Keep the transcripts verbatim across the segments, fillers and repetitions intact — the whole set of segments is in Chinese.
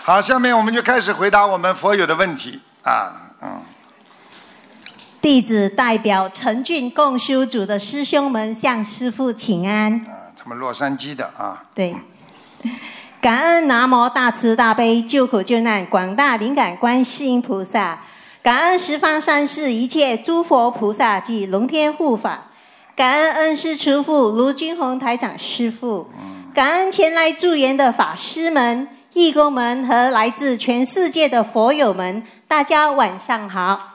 好，下面我们就开始回答我们佛友的问题啊，嗯。 弟子代表陈俊共修组的师兄们向师父请安。 啊，他们洛杉矶的啊。 对。感恩南无大慈大悲救苦救难广大灵感观世音菩萨，感恩十方三世一切诸佛菩萨及龙天护法，感恩恩师慈父卢军宏台长师父，感恩前来助缘的法师们、义工们和来自全世界的佛友们，大家晚上好。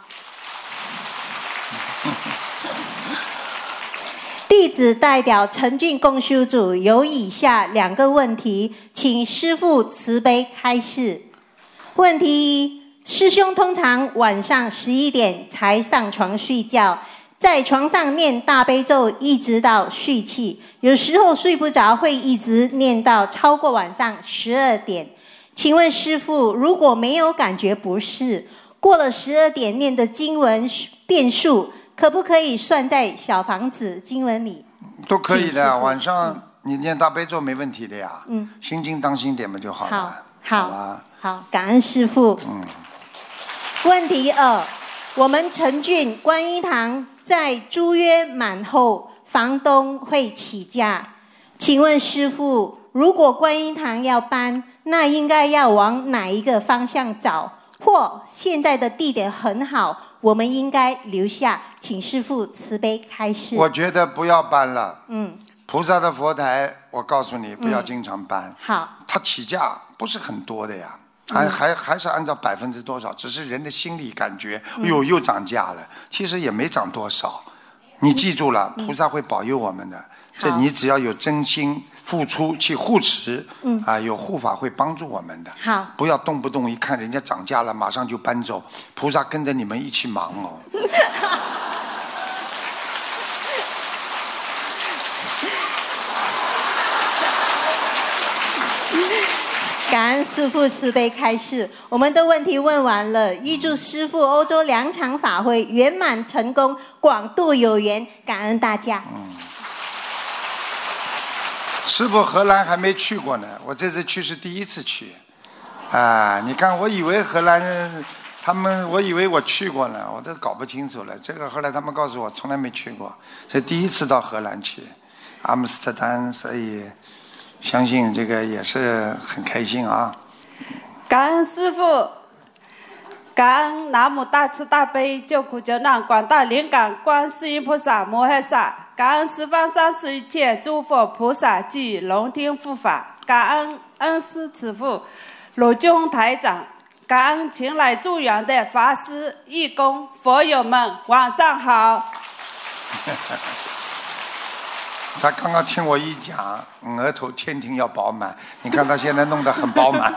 弟子代表陈俊共修组有以下两个问题，请师父慈悲开示。问题一：师兄通常晚上十一点才上床睡觉，在床上念大悲咒一直到睡去，有时候睡不着会一直念到超过晚上十二点。请问师父，如果没有感觉不适，过了十二点念的经文变数，可不可以算在小房子经文里？ 都可以的，晚上你念大悲咒没问题的呀。 嗯， 心经当心点嘛就好了。 好， 好吧。 好，感恩师父。 嗯。 问题二：我们陈俊观音堂在租约满后，房东会起价。请问师父，如果观音堂要搬，那应该要往哪一个方向找？或现在的地点很好，我们应该留下，请师父慈悲开示。 我觉得不要搬了。 嗯。 菩萨的佛台，我告诉你，不要经常搬。 嗯、好。 它起价不是很多的呀，还、嗯、还还是按照百分之多少，只是人的心理感觉，哎呦又涨价了，其实也没涨多少。你记住了，菩萨会保佑我们的。这你只要有真心付出去护持，嗯啊，有护法会帮助我们的。 好， 不要动不动一看人家涨价了，马上就搬走。菩萨跟着你们一起忙哦。 感恩师父慈悲开示，我们的问题问完了，预祝师父欧洲两场法会圆满成功，广度有缘，感恩大家。 嗯。师父荷兰还没去过呢，我这次去是第一次去，啊，你看，我以为荷兰他们，我以为我去过呢，我都搞不清楚了。这个后来他们告诉我，从来没去过，所以第一次到荷兰去，阿姆斯特丹，所以相信这个也是很开心啊。 感恩师父，感恩南无大慈大悲救苦救难广大灵感观世音菩萨摩诃萨。感恩十方三世一切诸佛菩萨及龙天护法，感恩恩师慈父鲁军宏台长，感恩前来助缘的法师、义工、佛友们，晚上好。 他刚刚听我一讲，额头天庭要饱满，你看他现在弄得很饱满。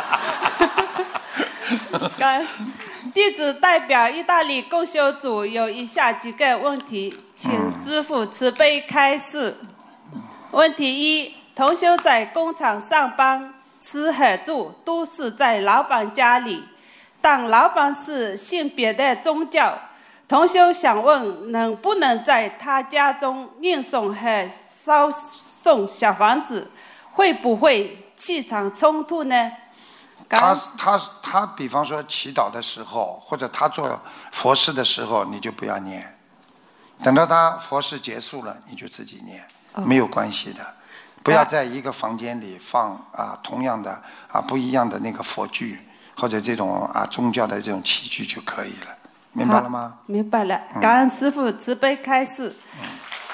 感恩弟子代表意大利共修组有以下几个问题，请师父慈悲开示。问题一：同修在工厂上班，吃和住都是在老板家里，但老板是信别的宗教，同修想问，能不能在他家中念诵和烧送小房子，会不会气场冲突呢？ 他他他，比方说祈祷的时候，或者他做佛事的时候，你就不要念。等到他佛事结束了，你就自己念，没有关系的。不要在一个房间里放啊同样的啊不一样的那个佛具或者这种啊宗教的这种器具就可以了，明白了吗？ 明白了，感恩师父慈悲开示。嗯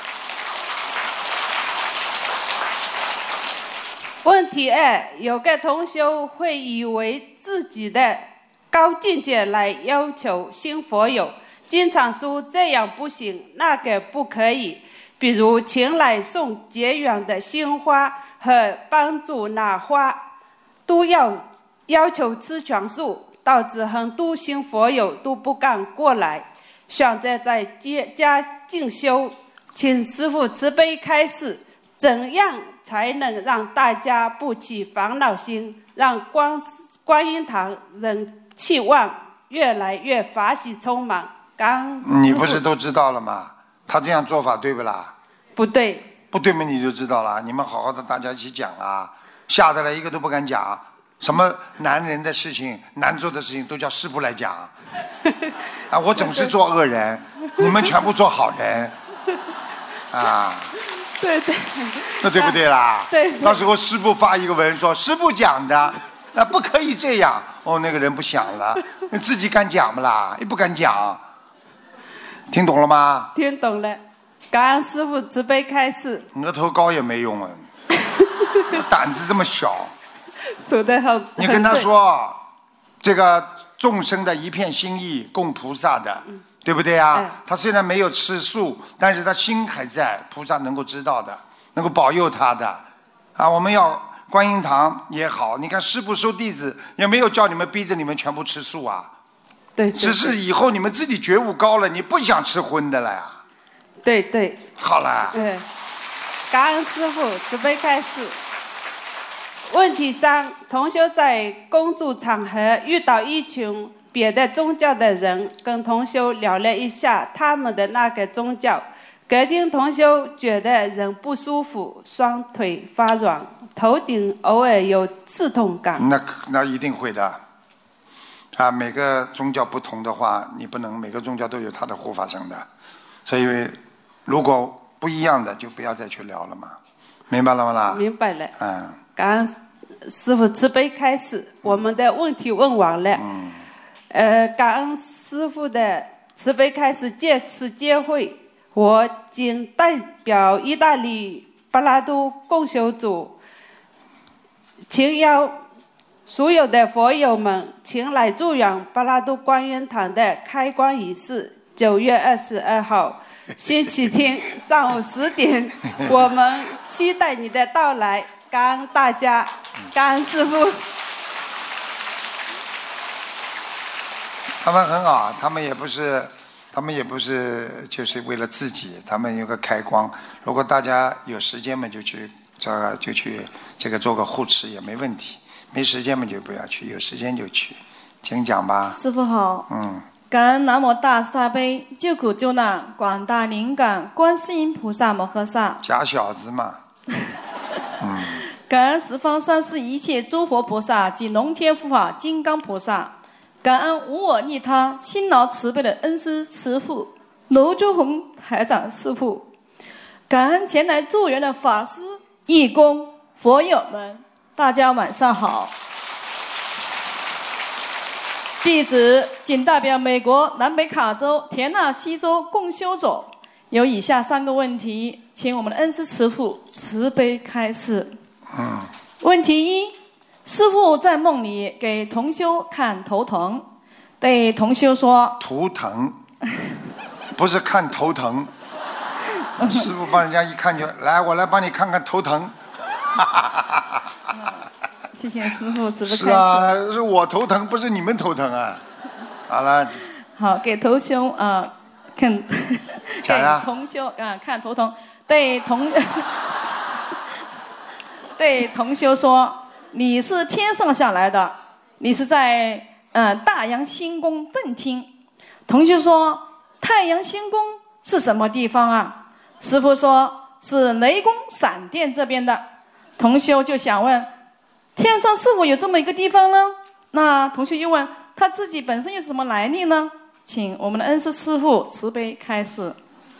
问题二：有个同修会以为自己的高境界来要求新佛友，经常说这样不行，那个不可以。比如前来送结缘的鲜花和帮助拿花，都要要求吃全素，导致很多新佛友都不敢过来，选择在家进修。请师父慈悲开示，怎样才能让大家不起烦恼心，让观观音堂人气旺，越来越法喜充满？刚你不是都知道了吗？他这样做法对不啦？ 不对。 不对嘛，你就知道了。你们好好的，大家一起讲啊，吓得来一个都不敢讲。 什么男人的事情、难做的事情都叫师父来讲。啊，我总是做恶人，你们全部做好人。啊。 对对。 那对不对啦？ 对。 到时候师父发一个文说师父讲的，那不可以这样。哦，那个人不想了，你自己敢讲不啦？也不敢讲。听懂了吗？ 听懂了。感恩师父慈悲开示。 额头高也没用啊，胆子这么小。 说得好。 你跟他说，这个众生的一片心意供菩萨的，嗯、对不对啊？嗯、他虽然没有吃素，但是他心还在，菩萨能够知道的，能够保佑他的。啊，我们要观音堂也好，你看师父收弟子也没有叫你们逼着你们全部吃素啊。 对。对只是以后你们自己觉悟高了，你不想吃荤的了呀。 对对。 好了。 对。感恩师父慈悲开示。问题三：同修在公众场合遇到一群别的宗教的人，跟同修聊了一下他们的那个宗教。隔天同修觉得人不舒服，双腿发软，头顶偶尔有刺痛感。 那那一定会的。啊，每个宗教不同的话，你不能每个宗教都有它的护法神的，所以如果不一样的，就不要再去聊了嘛。明白了吗啦？ 明白了。 嗯。 感恩师父慈悲开示，我们的问题问完了。嗯。呃，感恩师父的慈悲开示，借此机会，我谨代表意大利巴拉都共修组，请邀所有的佛友们前来助缘巴拉都观音堂的开光仪式。九月二十二号，星期天上午十点，我们期待你的到来。感恩大家，感恩师父。 他们很好，他们也不是，他们也不是就是为了自己，他们有个开光。如果大家有时间嘛，就去这个就去这个做个护持也没问题。没时间嘛就不要去，有时间就去。请讲吧。 师父好。 嗯。 感恩南无大慈大悲救苦救难广大灵感观世音菩萨摩诃萨。 假小子嘛。嗯。 感恩十方三世一切诸佛菩萨及龙天护法金刚菩萨，感恩无我利他、辛劳慈悲的恩师慈父罗珠红台长师父，感恩前来助缘的法师、义工、佛友们，大家晚上好。弟子仅代表美国南北卡州田纳西州共修组，有以下三个问题，请我们的恩师慈父慈悲开示。 嗯。 问题一：师父在梦里给同修看头疼，对同修说：“ 图腾，不是看头疼。”师父帮人家一看就来，我来帮你看看头疼。 谢谢师父慈悲开示。 是啊，是我头疼，不是你们头疼啊。好了。 好，给同修啊、呃、看，给同修啊、呃、看头疼，对同。对同修说：“你是天上下来的，你是在嗯、呃、大阳星宫正厅。”同修说：“太阳星宫是什么地方啊？”师父说：“是雷公闪电这边的。”同修就想问：“天上是否有这么一个地方呢？”那同修又问：“他自己本身有什么来历呢？”请我们的恩师师父慈悲开示。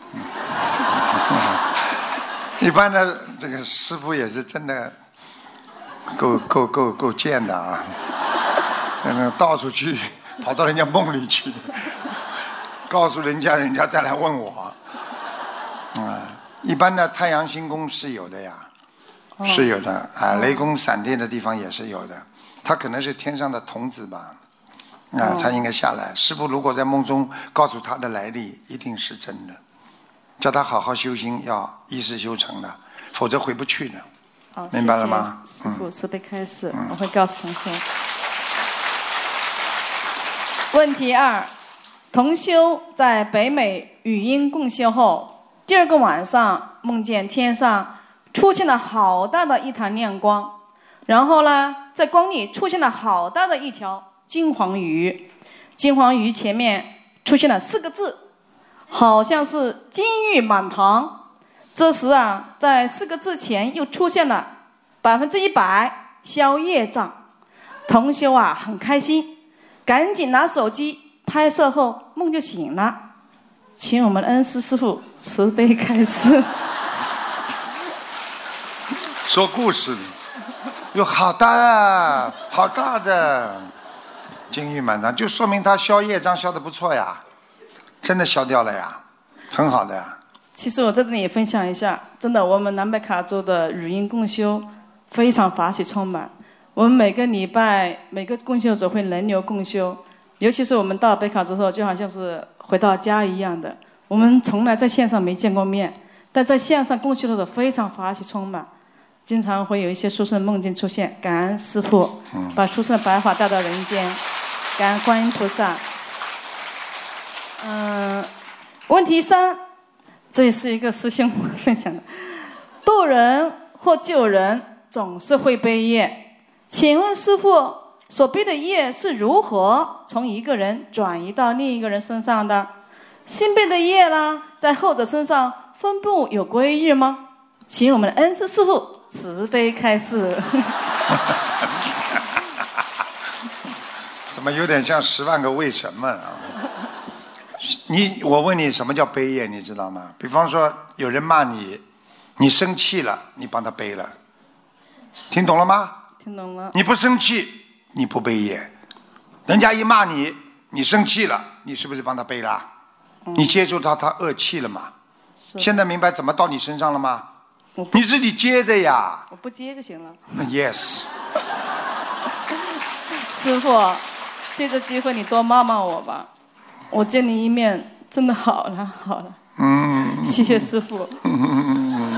一般的这个师父也是真的够够够够贱的啊，嗯，到处去跑到人家梦里去，告诉人家，人家再来问我。啊、嗯，一般的太阳星宫是有的呀，哦、是有的啊，雷公闪电的地方也是有的，他可能是天上的童子吧，啊，他应该下来。师父如果在梦中告诉他的来历，一定是真的。叫他好好修心，要一世修成的，否则回不去的。 好， 明白了吗？ 谢谢师父慈悲开示， 嗯、 我会告诉同修。问题二：同修在北美语音共修后，第二个晚上梦见天上出现了好大的一团亮光，然后呢，在光里出现了好大的一条金黄鱼，金黄鱼前面出现了四个字。好像是金玉满堂。这时啊，在四个字前又出现了百分之一百消业障。 同修啊很开心，赶紧拿手机拍摄后梦就醒了，请我们恩师师父慈悲开示。 说故事有好大啊，好大的金玉满堂，就说明他消业障消得不错呀，真的消掉了呀，很好的呀。 其实我在这里也分享一下，真的，我们南北卡州的语音共修非常法喜充满。我们每个礼拜每个共修者会轮流共修，尤其是我们到北卡州后，就好像是回到家一样的。我们从来在线上没见过面，但在线上共修的时候非常法喜充满，经常会有一些殊胜梦境出现。感恩师父把殊胜的白法带到人间，感恩观音菩萨。嗯、呃，问题三。这也是一个师兄分享的，渡人或救人总是会背业，请问师父，所背的业是如何从一个人转移到另一个人身上的？新背的业啦，在后者身上分布有规律吗？请我们的恩师师父慈悲开示。 怎么有点像十万个为什么啊？你我问你，什么叫背业？你知道吗？比方说，有人骂你，你生气了，你帮他背了，听懂了吗？ 听懂了。 你不生气，你不背业。人家一骂你，你生气了，你是不是帮他背了？嗯、你接受到他恶气了吗？现在明白怎么到你身上了吗？你自己接的呀。 我不接就行了。 Yes。 师父，借这机会你多骂骂我吧。我见你一面，真的好了好了。嗯。谢谢师父。嗯。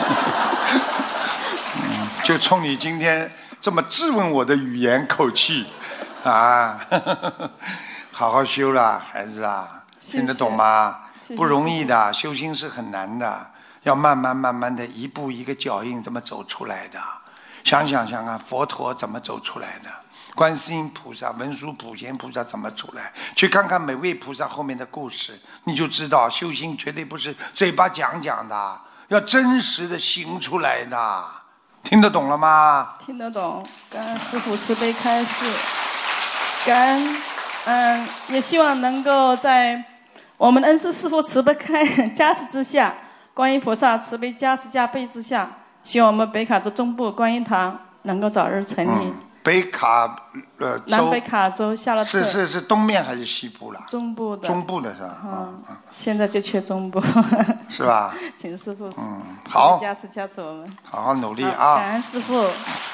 就冲你今天这么质问我的语言口气，啊，好好修啦，孩子啊， 谢谢听得懂吗？ 谢谢不容易的，修心是很难的，要慢慢慢慢的一步一个脚印这么走出来的。想想想啊，佛陀怎么走出来的？观世音菩萨、文殊普贤菩萨怎么出来？去看看每位菩萨后面的故事，你就知道修行绝对不是嘴巴讲讲的，要真实的行出来的。听得懂了吗？ 听得懂，感恩师父慈悲开示，感恩，嗯，也希望能够在我们恩师师父慈悲开加持之下，观音菩萨慈悲加持加倍之下，希望我们北卡州中部观音堂能够早日成立。嗯北卡呃州， 南北卡州夏洛特是是是东面还是西部了？ 中部的。 中部的是吧？ 嗯，嗯现在就缺中部。 是吧？ 请师父嗯好， 加持加持我们， 好好努力啊！ 感恩师父。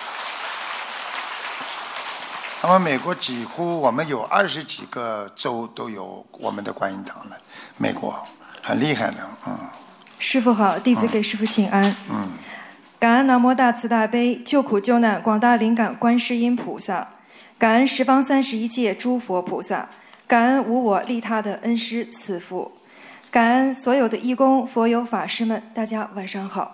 那么美国几乎我们有二十几个州都有我们的观音堂了，美国很厉害的，嗯。 师父好，弟子给师父请安。 嗯。 感恩南无大慈大悲救苦救难广大灵感观世音菩萨，感恩十方三十一界诸佛菩萨，感恩无我利他的恩师慈父，感恩所有的义工佛友法师们，大家晚上好。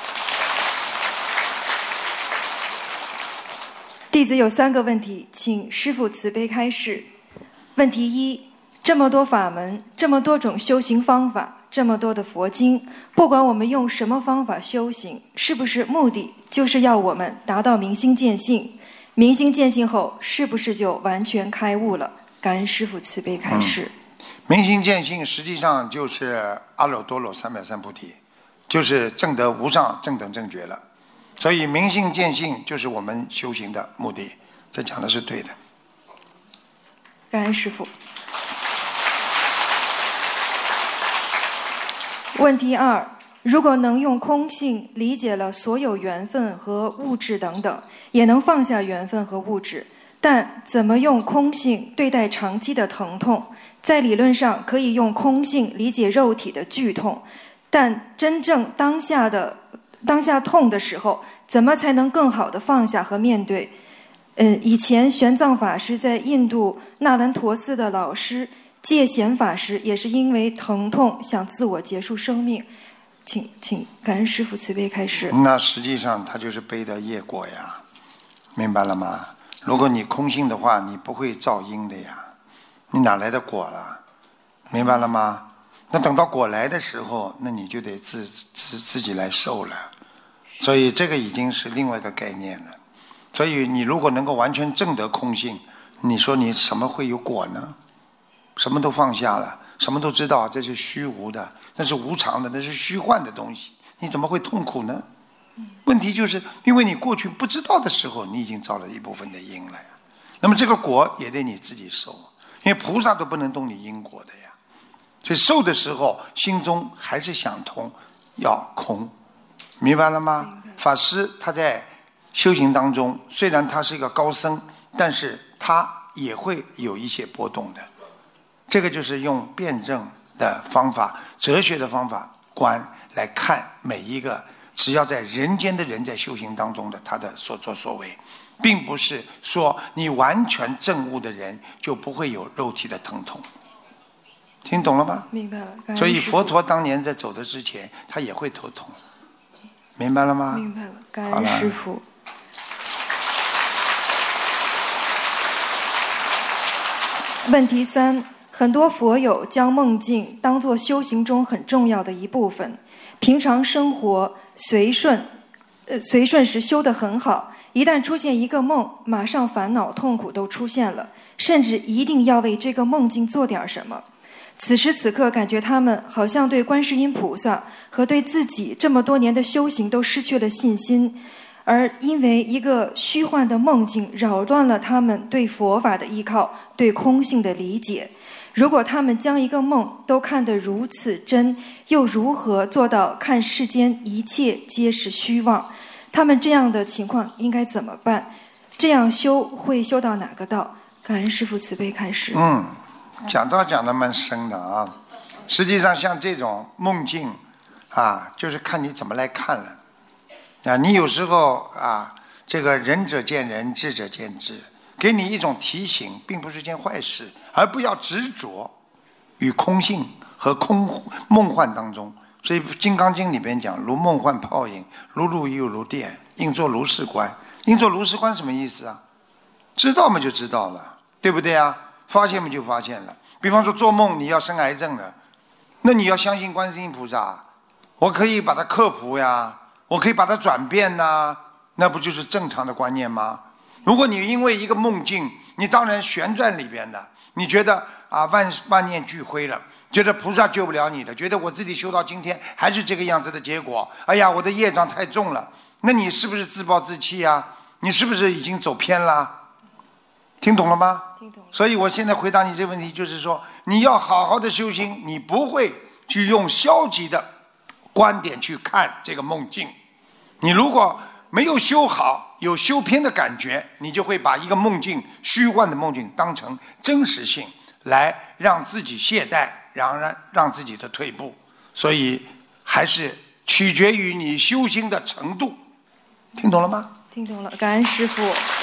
弟子有三个问题，请师父慈悲开示。问题一：这么多法门，这么多种修行方法，这么多的佛经，不管我们用什么方法修行，是不是目的就是要我们达到明心见性？明心见性后，是不是就完全开悟了？感恩师父慈悲开示。 嗯、明心见性实际上就是阿耨多罗三藐三菩提，就是证得无上正等正觉了。所以明心见性就是我们修行的目的，这讲的是对的。 感恩师父。问题二：如果能用空性理解了所有缘分和物质等等，也能放下缘分和物质，但怎么用空性对待长期的疼痛？在理论上可以用空性理解肉体的剧痛，但真正当下的当下痛的时候，怎么才能更好的放下和面对？嗯，以前玄奘法师在印度那兰陀寺的老师戒贤法师也是因为疼痛想自我结束生命，请请感恩师父慈悲开示。 那实际上他就是背的业果呀，明白了吗？如果你空性的话，你不会造因的呀，你哪来的果了？明白了吗？那等到果来的时候，那你就得自自自己来受了。所以这个已经是另外一个概念了。 所以你如果能够完全证得空性，你说你什么会有果呢？什么都放下了，什么都知道，这是虚无的，那是无常的，那是虚幻的东西，你怎么会痛苦呢？问题就是因为你过去不知道的时候，你已经造了一部分的因了呀。那么这个果也得你自己受，因为菩萨都不能动你因果的呀。所以受的时候，心中还是想通，要空，明白了吗？法师他在修行当中，虽然他是一个高僧，但是他也会有一些波动的。这个就是用辩证的方法、哲学的方法观来看每一个只要在人间的人在修行当中的他的所作所为，并不是说你完全证悟的人就不会有肉体的疼痛。听懂了吗？ 明白了。 所以佛陀当年在走的之前，他也会头痛。明白了吗？ 明白了，感恩师父。问题三：很多佛友将梦境当作修行中很重要的一部分，平常生活随顺，呃，随顺时修得很好，一旦出现一个梦，马上烦恼痛苦都出现了，甚至一定要为这个梦境做点什么。此时此刻，感觉他们好像对观世音菩萨和对自己这么多年的修行都失去了信心，而因为一个虚幻的梦境扰乱了他们对佛法的依靠，对空性的理解。如果他们将一个梦都看得如此真，又如何做到看世间一切皆是虚妄？他们这样的情况应该怎么办？这样修会修到哪个道？感恩师父慈悲开示。 嗯，讲到讲得蛮深的啊。实际上像这种梦境啊，就是看你怎么来看了啊。你有时候啊，这个仁者见仁，智者见智，给你一种提醒，并不是件坏事，而不要执着与空性和空梦幻当中。所以《金刚经》里边讲，如梦幻泡影，如露又如电，应作如是观。应作如是观什么意思啊？知道嘛就知道了，对不对啊？发现嘛就发现了。比方说做梦你要生癌症了，那你要相信观世音菩萨，我可以把它克服呀，我可以把它转变呐，那不就是正常的观念吗？如果你因为一个梦境，你当然旋转里边的，你觉得啊万万念俱灰了，觉得菩萨救不了你的，觉得我自己修到今天还是这个样子的结果，哎呀我的业障太重了，那你是不是自暴自弃啊？你是不是已经走偏了？听懂了吗？ 听懂了。 所以我现在回答你这个问题，就是说你要好好的修行，你不会去用消极的观点去看这个梦境。你如果没有修好，有修偏的感觉，你就会把一个梦境虚幻的梦境当成真实性，来让自己懈怠，让让让自己的退步。所以还是取决于你修行的程度。听懂了吗？ 听懂了，感恩师父。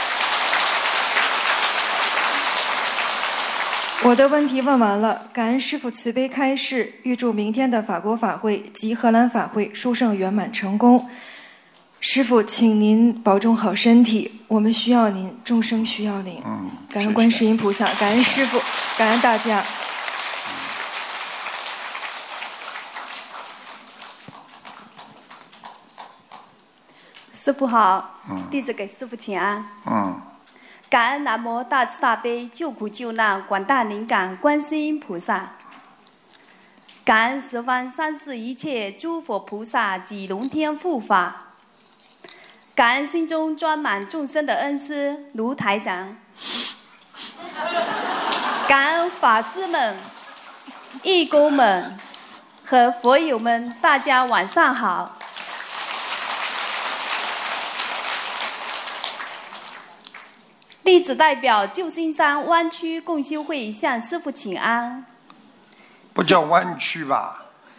我的问题问完了，感恩师父慈悲开示，预祝明天的法国法会及荷兰法会殊胜圆满成功。师父，请您保重好身体，我们需要您，众生需要您。 嗯， 感恩观世音菩萨，感恩师父，感恩大家。 师父好，弟子给师父请安。 嗯。 感恩南无大慈大悲救苦救难广大灵感观世音菩萨，感恩十方三世一切诸佛菩萨及龙天护法，感恩心中装满众生的恩师卢台长，感恩法师们、义工们和佛友们，大家晚上好。弟子代表旧金山湾区共修会向师父请安。 不叫湾区吧？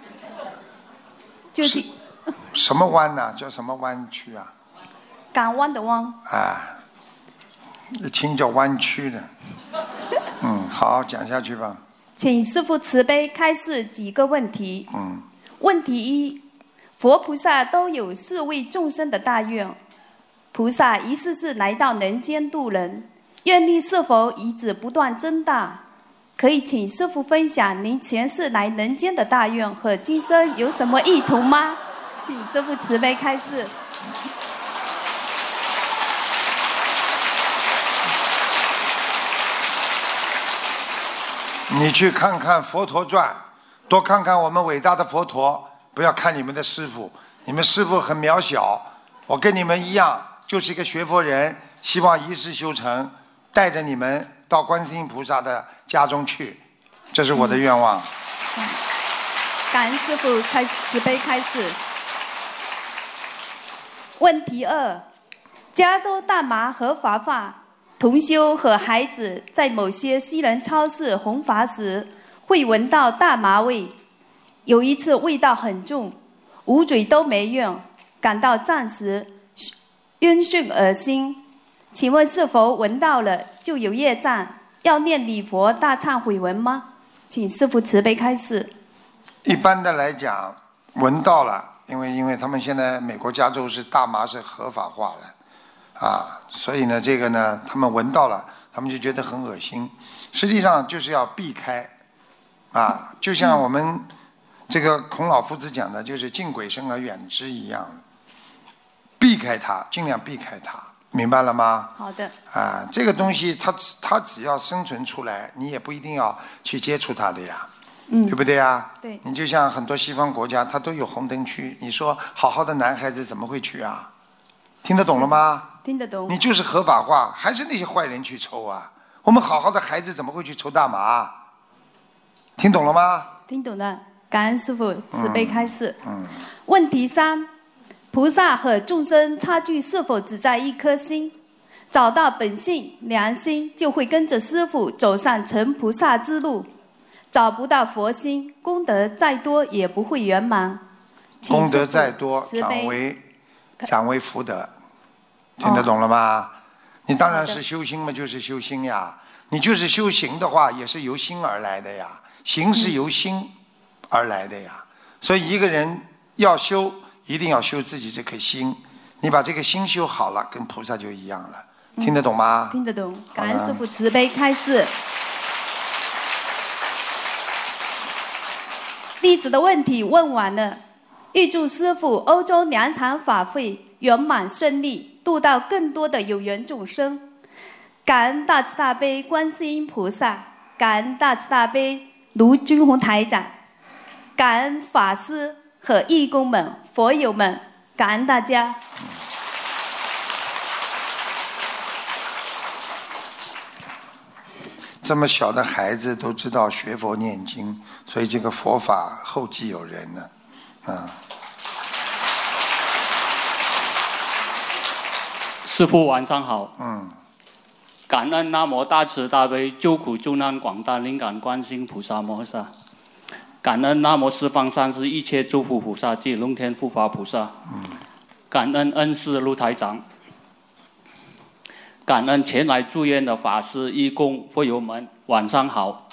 就是什么湾呢、啊？叫什么湾区啊？ 港湾的湾。 啊，一听叫湾区的。嗯，好，讲下去吧。 请师父慈悲开示几个问题。 嗯。 问题一：佛菩萨都有是为众生的大愿。菩萨一世世来到人间度人，愿力是否一直不断增大？可以请师父分享您前世来人间的大愿和今生有什么意图吗？请师父慈悲开示。 你去看看《佛陀传》，多看看我们伟大的佛陀，不要看你们的师父，你们师父很渺小，我跟你们一样，就是一个学佛人，希望一世修成，带着你们到观世音菩萨的家中去，这是我的愿望。 嗯、感恩师父开始慈悲开示。问题二：加州大麻合法化，同修和孩子在某些西人超市弘法时，会闻到大麻味。有一次味道很重，捂嘴都没用，感到暂时晕眩恶心。请问是否闻到了就有业障，要念礼佛大忏悔文吗？请师父慈悲开示。 一般的来讲，闻到了。因为因为他们现在美国加州是大麻是合法化了，啊，所以呢这个呢他们闻到了，他们就觉得很恶心。实际上就是要避开，啊，就像我们这个孔老夫子讲的，就是敬鬼神而远之一样，避开它，尽量避开它，明白了吗？ 好的。 啊，这个东西它它只要生存出来，你也不一定要去接触它的呀。 嗯， 对不对啊？ 对。 你就像很多西方国家，它都有红灯区，你说好好的男孩子怎么会去啊？听得懂了吗？ 听得懂。 你就是合法化，还是那些坏人去抽啊？我们好好的孩子怎么会去抽大麻？听懂了吗？ 听懂了，感恩师父慈悲开示。 嗯。嗯问题三：菩萨和众生差距是否只在一颗心？找到本性良心，就会跟着师父走上成菩萨之路。找不到佛心，功德再多也不会圆满。 功德再多，转为转为福德，听得懂了吗？哦、你当然是修心嘛，就是修心呀。你就是修行的话，也是由心而来的呀。行是由心而来的呀。嗯、所以一个人要修，一定要修自己这颗心。你把这个心修好了，跟菩萨就一样了。听得懂吗？ 嗯、听得懂。感恩师父慈悲开示。弟子的问题问完了，预祝师父欧洲两场法会圆满顺利，度到更多的有缘众生。感恩大慈大悲观世音菩萨，感恩大慈大悲卢军宏台长，感恩法师和义工们、佛友们，感恩大家。 这么小的孩子都知道学佛念经，所以这个佛法后继有人呢，啊。 师父晚上好。 嗯。 感恩南无大慈大悲救苦救难广大灵感观世音菩萨摩诃萨，感恩南无十方三世一切诸佛菩萨及龙天护法菩萨。 嗯。 感恩恩师卢台长。感恩前来住院的法师、义工、佛友们，晚上好。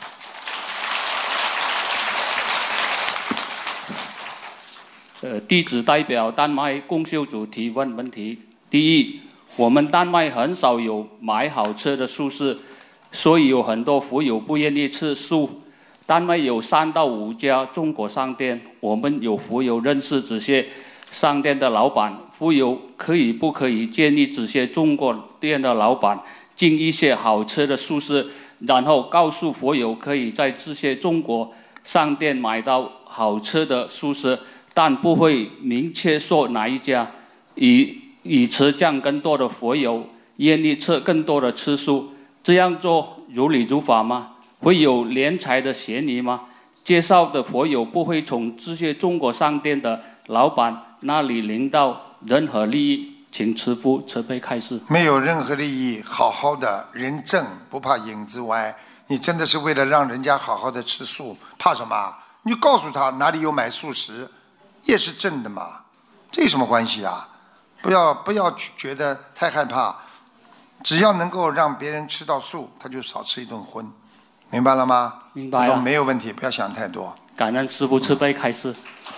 呃，弟子代表丹麦共修组提问问题。第一，我们丹麦很少有买好吃的素食，所以有很多佛友不愿意吃素。丹麦有三到五家中国商店，我们有佛友认识这些商店的老板，佛友可以不可以建议这些中国店的老板进一些好吃的素食，然后告诉佛友可以在这些中国商店买到好吃的素食，但不会明确说哪一家，以以此将更多的佛友愿意吃更多的吃素，这样做如理如法吗？会有敛财的嫌疑吗？介绍的佛友不会从这些中国商店的老板那里领到任何利益，请师父慈悲开示。 没有任何利益，好好的人正不怕影子歪。你真的是为了让人家好好的吃素，怕什么？你就告诉他哪里有买素食，也是正的嘛，这有什么关系啊？不要不要觉得太害怕，只要能够让别人吃到素，他就少吃一顿荤，明白了吗？ 明白了， 这都没有问题，不要想太多。 感恩师父慈悲开示。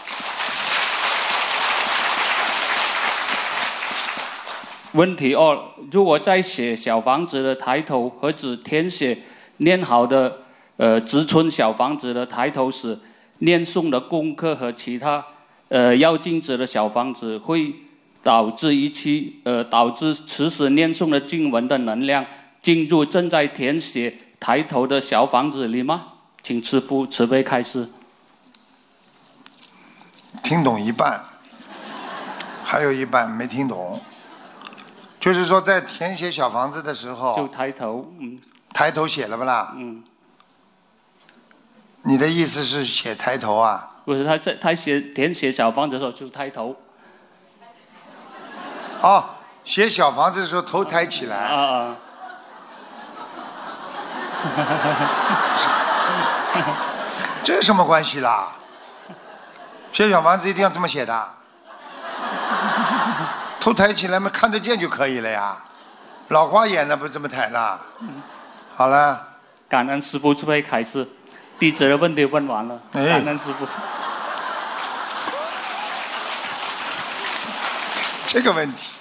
问题二：如果在写小房子的抬头和只填写念好的呃植村小房子的抬头时，念诵的功课和其他呃要经者的小房子会导致一期呃导致此时念诵的经文的能量进入正在填写抬头的小房子里吗？ 请师父慈悲开示。 听懂一半，还有一半没听懂。就是说，在填写小房子的时候， 就抬头，嗯， 抬头写了不啦？ 嗯。 你的意思是写抬头啊？ 不是，他在他写填写小房子的时候就抬头。 哦，写小房子的时候头抬起来。 啊啊。 这有什么关系啦？写小房子一定要这么写的，头抬起来嘛，看得见就可以了呀。老花眼了不这么抬啦。好了。 感恩师父慈悲开示，弟子的问题问完了， 哎、 感恩师父。 这个问题。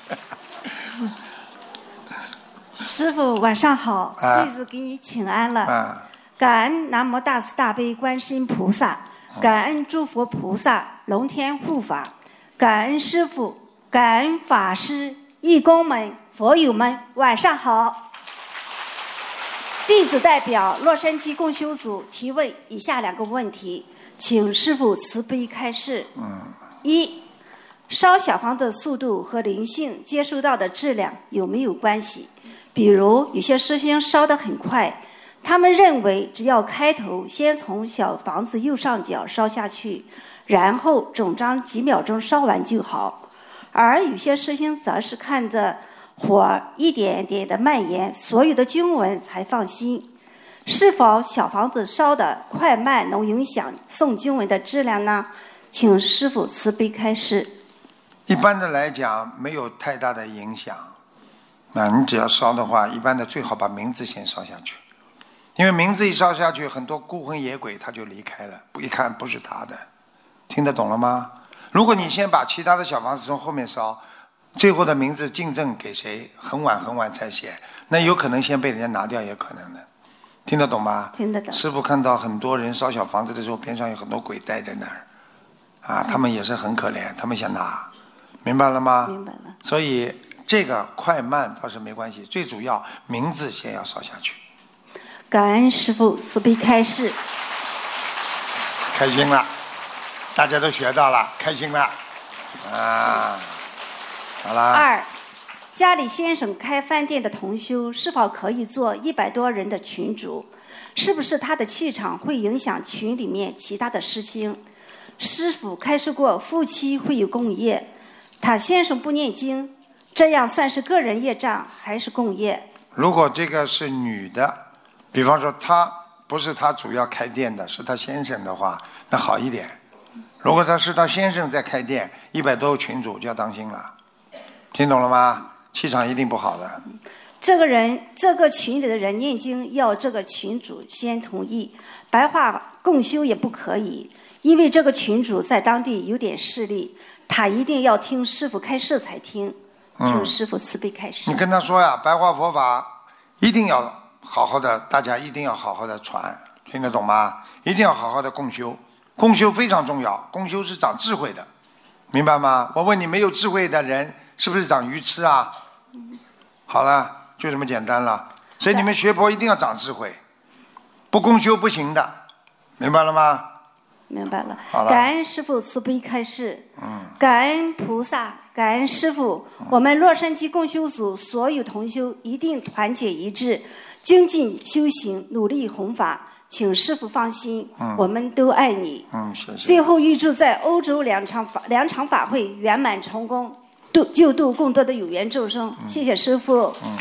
师父晚上好， 啊、 弟子给你请安了。 啊、 感恩南无大慈大悲观世音菩萨，感恩诸佛菩萨龙天护法，感恩师父，感恩法师、义工们、佛友们，晚上好。弟子代表洛杉矶共修组提问以下两个问题，请师父慈悲开示。 嗯。 一，烧小房的速度和灵性接收到的质量有没有关系？比如有些师兄烧得很快，他们认为只要开头先从小房子右上角烧下去，然后整张几秒钟烧完就好。而有些师兄则是看着火一点点的蔓延，所有的经文才放心。是否小房子烧的快慢能影响诵经文的质量呢？请师父慈悲开示。 一般的来讲没有太大的影响。啊，你只要烧的话，一般的最好把名字先烧下去，因为名字一烧下去，很多孤魂野鬼他就离开了，一看不是他的，听得懂了吗？如果你先把其他的小房子从后面烧，最后的名字进正给谁，很晚很晚才写，那有可能先被人家拿掉，也可能的，听得懂吗？ 听得懂。 师父看到很多人烧小房子的时候，边上有很多鬼待在那儿，啊，他们也是很可怜，他们想拿，明白了吗？ 明白了。 所以这个快慢倒是没关系，最主要名字先要烧下去。 感恩师父慈悲开示。 开心了，大家都学到了，开心了，啊，好啦。 二，家里先生开饭店的同修是否可以做一百多人的群主？是不是他的气场会影响群里面其他的师兄？师父开示过，夫妻会有共业，他先生不念经，这样算是个人业障还是共业？ 如果这个是女的，比方说她不是她主要开店的，是她先生的话，那好一点。如果她是她先生在开店，一百多个群主就要当心了，听懂了吗？气场一定不好的。 这个人，这个群里的人念经要这个群主先同意，白话共修也不可以，因为这个群主在当地有点势力，他一定要听师父开示才听。请师父慈悲开示。 嗯、你跟他说呀，白话佛法一定要好好的，大家一定要好好的传，听得懂吗？一定要好好的共修，共修非常重要，共修是长智慧的，明白吗？我问你，没有智慧的人是不是长愚痴啊？好了，就这么简单了。所以你们学佛一定要长智慧，不共修不行的，明白了吗？ 明白了。 好了， 感恩师父慈悲开示。 嗯。 感恩菩萨，感恩师父。嗯、我们洛杉矶共修组所有同修一定团结一致，精进修行，努力弘法。请师父放心， 嗯、 我们都爱你。 嗯，谢谢。 最后预祝在欧洲两场法两场法会圆满成功，度救度更多的有缘众生。嗯、谢谢师父。 嗯。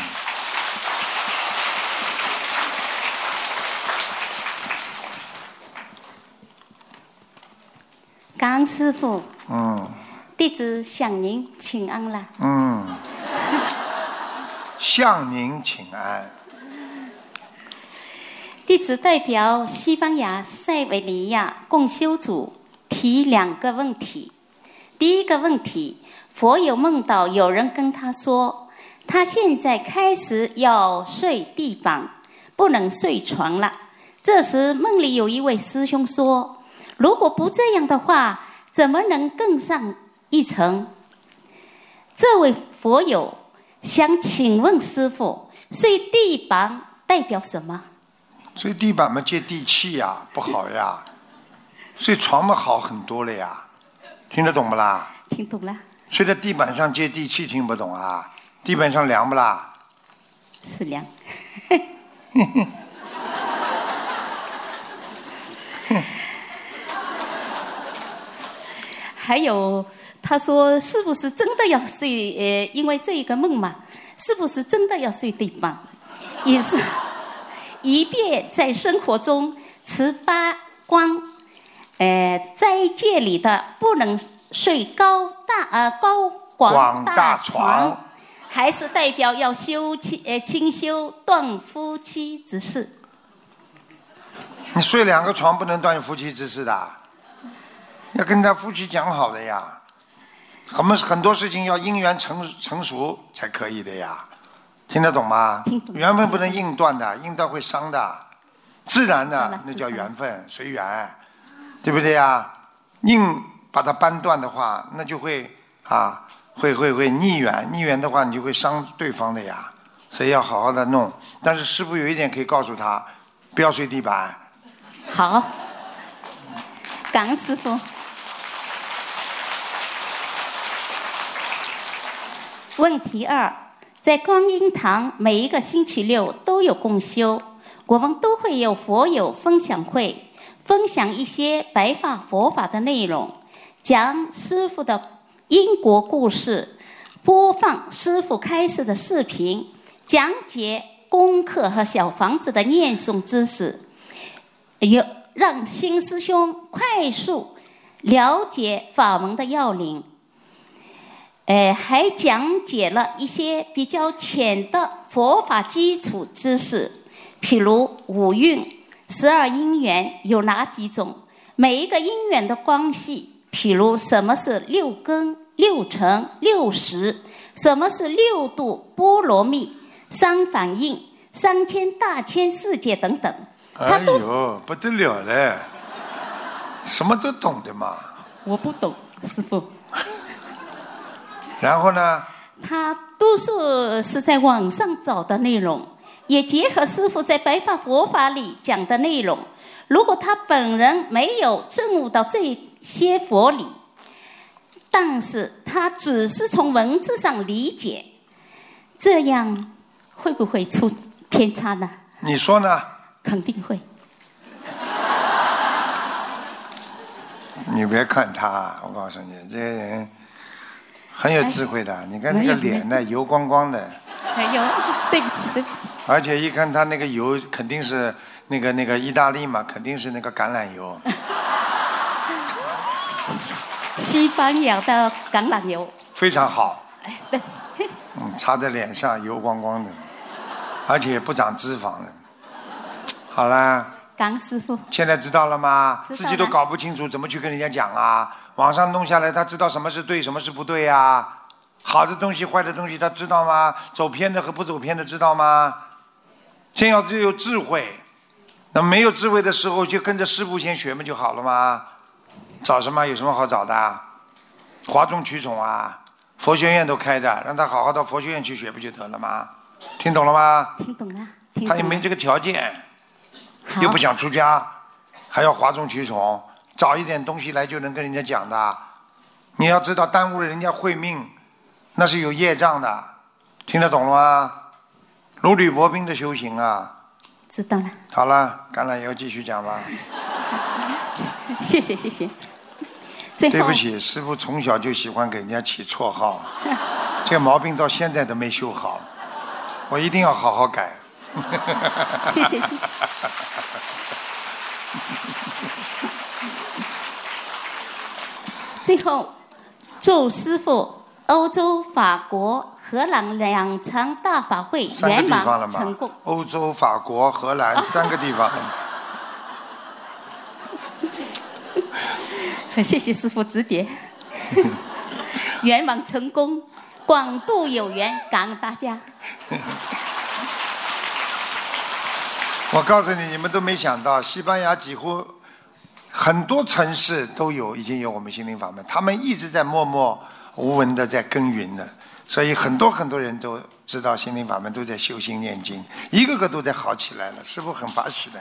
感恩师父。 嗯。 弟子向您请安了。 嗯。向您请安。 弟子代表西班牙塞维利亚共修组提两个问题。第一个问题，佛有梦到有人跟他说，他现在开始要睡地板，不能睡床了。这时梦里有一位师兄说，如果不这样的话，怎么能更上一层？这位佛友想请问师父，睡地板代表什么？ 所以地板嘛接地气呀，不好呀。所以床嘛好很多了呀，听得懂不啦？ 听懂了。 睡在地板上接地气，听不懂啊？地板上凉不啦？ 是凉。还有，他说是不是真的要睡？呃，因为这一个梦嘛，是不是真的要睡地板？也是，以便在生活中持八关，呃，斋戒里的不能睡高大呃高广大床，还是代表要修清呃清修断夫妻之事？ 你睡两个床不能断夫妻之事的。要跟他夫妻讲好的呀，我们很多事情要因缘成成熟才可以的呀，听得懂吗？ 听懂。 缘分不能硬断的，硬断会伤的，自然的那叫缘分，随缘，对不对呀？硬把它扳断的话，那就会啊，会会会逆缘，逆缘的话你就会伤对方的呀，所以要好好的弄。但是师父有一点可以告诉他，不要睡地板。 好，感恩师父。问题二，在观音堂每一个星期六都有共修，我们都会有佛友分享会，分享一些白话佛法的内容，讲师父的因果故事，播放师父开示的视频，讲解功课和小房子的念诵知识，有让新师兄快速了解法门的要领。呃，还讲解了一些比较浅的佛法基础知识，譬如五蕴、十二因缘有哪几种，每一个因缘的关系，譬如什么是六根、六尘、六识，什么是六度、波罗蜜、三反应、三千大千世界等等。 哎呦，不得了嘞，什么都懂的嘛。 我不懂，师父。 然后呢？ 他多数是在网上找的内容，也结合师父在白话佛法里讲的内容。如果他本人没有证悟到这些佛理，但是他只是从文字上理解，这样会不会出偏差呢？ 你说呢？ 肯定会。 你别看他，我告诉你，这个人很有智慧的。你看那个脸呢，油光光的。 哎呦，对不起，对不起。 而且一看他那个油，肯定是那个那个意大利嘛，肯定是那个橄榄油。 西班牙的橄榄油。 非常好。 哎，对。 嗯，擦在脸上油光光的，而且不长脂肪的。好啦。 感师父。 现在知道了吗？ 知道了。 自己都搞不清楚，怎么去跟人家讲啊？网上弄下来，他知道什么是对，什么是不对啊？好的东西、坏的东西，他知道吗？走偏的和不走偏的，知道吗？先要有智慧。那没有智慧的时候，就跟着师父先学嘛就好了嘛。找什么？有什么好找的？哗众取宠啊！佛学院都开的，让他好好到佛学院去学不就得了吗？听懂了吗？ 听懂了。 他也没这个条件，又不想出家，还要哗众取宠。找一点东西来就能跟人家讲的，你要知道耽误了人家慧命，那是有业障的，听得懂了吗？如履薄冰的修行啊。 知道了。 好了，橄榄油继续讲吧。 谢谢谢谢。 对不起，师父从小就喜欢给人家起绰号，这个毛病到现在都没修好，我一定要好好改。 谢谢谢谢。最后，祝师父欧洲、法国、荷兰两场大法会圆满成功。 欧洲、法国、荷兰三个地方。 谢谢师父指点。圆满成功，广度有缘，感恩大家。 我告诉你，你们都没想到，西班牙几乎很多城市都有，已经有我们心灵法门，他们一直在默默无闻的在耕耘的。 所以很多很多人都知道心灵法门，都在修心念经，一个个都在好起来了，师父很法喜的。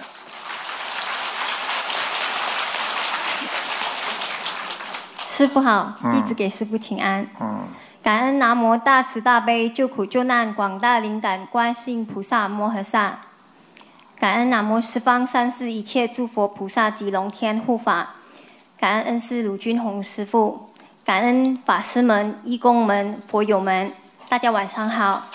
师父好，弟子给师父请安。 嗯。 感恩南无大慈大悲救苦救难广大灵感观世音菩萨摩诃萨。感恩南无十方三世一切诸佛菩萨及龙天护法。感恩恩师卢军宏师父。感恩法师们、义工们、佛友们，大家晚上好。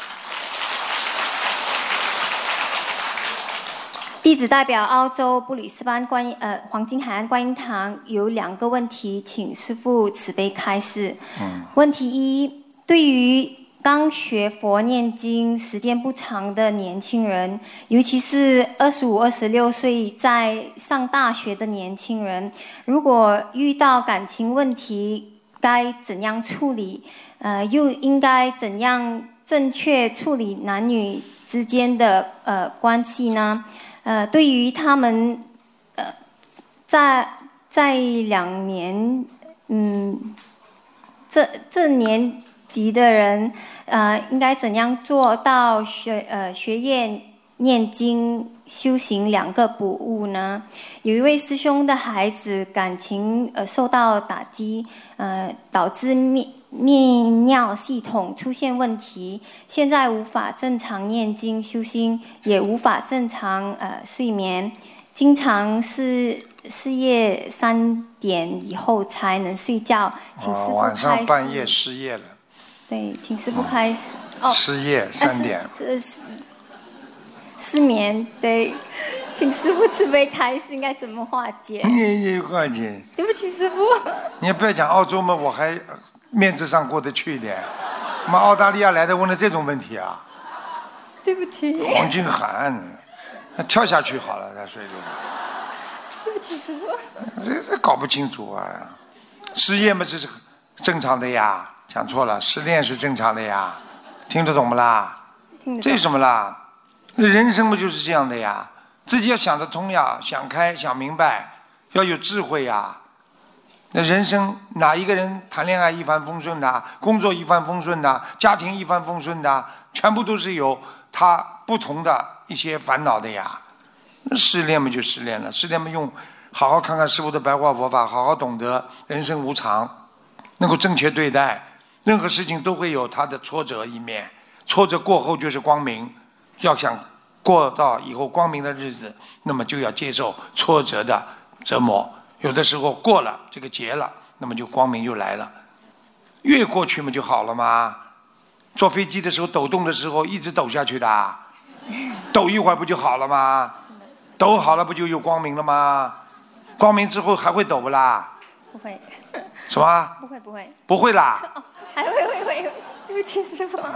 弟子代表澳洲布里斯班观音呃黄金海岸观音堂有两个问题，请师父慈悲开示。嗯、问题一，对于刚学佛念经时间不长的年轻人，尤其是二十五、二十六岁在上大学的年轻人，如果遇到感情问题，该怎样处理？呃，又应该怎样正确处理男女之间的呃关系呢？呃，对于他们，呃，在在两年，嗯，这这年级的人，呃，应该怎样做到学呃学业、念经、修行两个不误呢？有一位师兄的孩子感情呃受到打击，呃，导致泌泌尿系统出现问题，现在无法正常念经修心，也无法正常呃睡眠，经常是是夜三点以后才能睡觉，请师父开始。 哦，晚上半夜失业了。 对，请师父开始。哦， 失业三点。 呃，失失眠，对，请师父慈悲开示，应该怎么化解？ 你你化解。 对不起，师父。 你不要讲澳洲嘛，我还面子上过得去一点。我们澳大利亚来的问了这种问题啊？ 对不起。 黄金海岸，跳下去好了，在水里。 对不起，师父。 这搞不清楚啊！失业嘛，这是正常的呀。讲错了，失恋是正常的呀。听得懂不啦？ 听得懂。 这什么啦？人生不就是这样的呀？自己要想得通呀，想开想明白，要有智慧呀。那人生哪一个人谈恋爱一帆风顺的，工作一帆风顺的，家庭一帆风顺的，全部都是有他不同的一些烦恼的呀。那失恋嘛就失恋了，失恋嘛用好好看看师父的白话佛法，好好懂得人生无常，能够正确对待，任何事情都会有它的挫折一面，挫折过后就是光明。要想过到以后光明的日子，那么就要接受挫折的折磨。有的时候过了这个劫了，那么就光明就来了。越过去嘛就好了嘛。坐飞机的时候抖动的时候一直抖下去的，抖一会儿不就好了吗？抖好了不就有光明了吗？光明之后还会抖不啦？ 不会。 什么？ 不会不会。 不会啦。 哦，还会会会，对不起师父。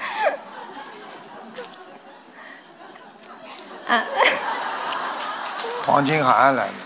啊， 黄金海岸来的。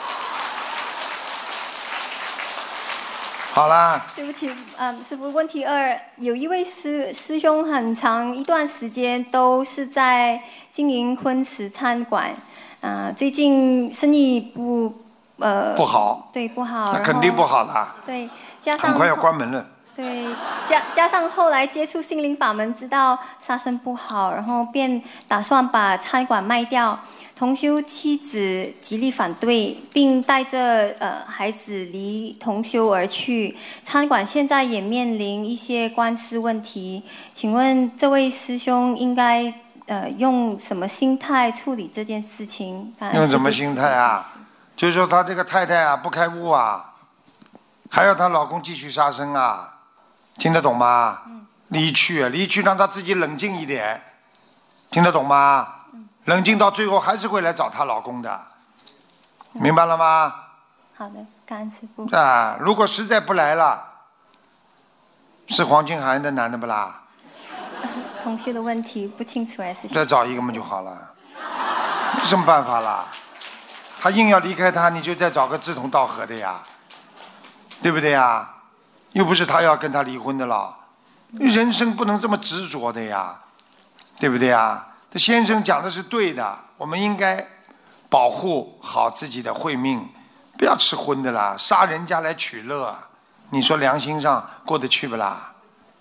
好啦。 对不起，嗯，师父，问题二，有一位师师兄很长一段时间都是在经营荤食餐馆，啊、呃，最近生意不呃不好， 对不好， 那肯定不好啦。 对，加上很快要关门了。 对，加加上后来接触心灵法门，知道杀生不好，然后便打算把餐馆卖掉。同修妻子极力反对，并带着呃孩子离同修而去。餐馆现在也面临一些官司问题，请问这位师兄应该呃用什么心态处理这件事情？ 用什么心态啊？就是说他这个太太啊不开悟啊，还要她老公继续杀生啊。听得懂吗？嗯、离去，离去，让他自己冷静一点，听得懂吗？嗯、冷静到最后还是会来找她老公的，嗯、明白了吗？ 好的，感恩师父。 啊，如果实在不来了，是黄金海岸的男的不啦？ 同修的问题不清楚还是？ 再找一个嘛就好了，有什么办法啦？他硬要离开他，你就再找个志同道合的呀，对不对呀？又不是他要跟他离婚的了，人生不能这么执着的呀，对不对呀？这先生讲的是对的，我们应该保护好自己的慧命，不要吃荤的啦，杀人家来取乐，你说良心上过得去不啦？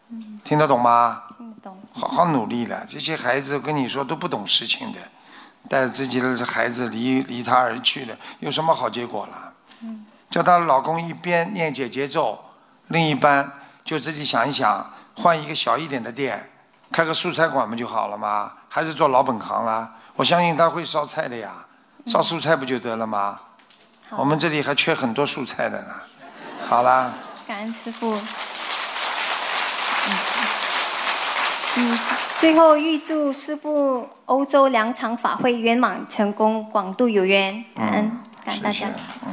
听得懂吗？ 听得懂。 好好努力了，这些孩子跟你说都不懂事情的，带着自己的孩子离离他而去了，有什么好结果了？ 嗯。 叫她老公一边念姐姐咒，另一半就自己想一想，换一个小一点的店，开个素菜馆不就好了吗？还是做老本行啦？我相信他会烧菜的呀，烧素菜不就得了吗？我们这里还缺很多素菜的呢。好啦。 感恩师父。嗯，最后预祝师父欧洲两场法会圆满成功，广度有缘。感恩，嗯、感恩大家。谢谢嗯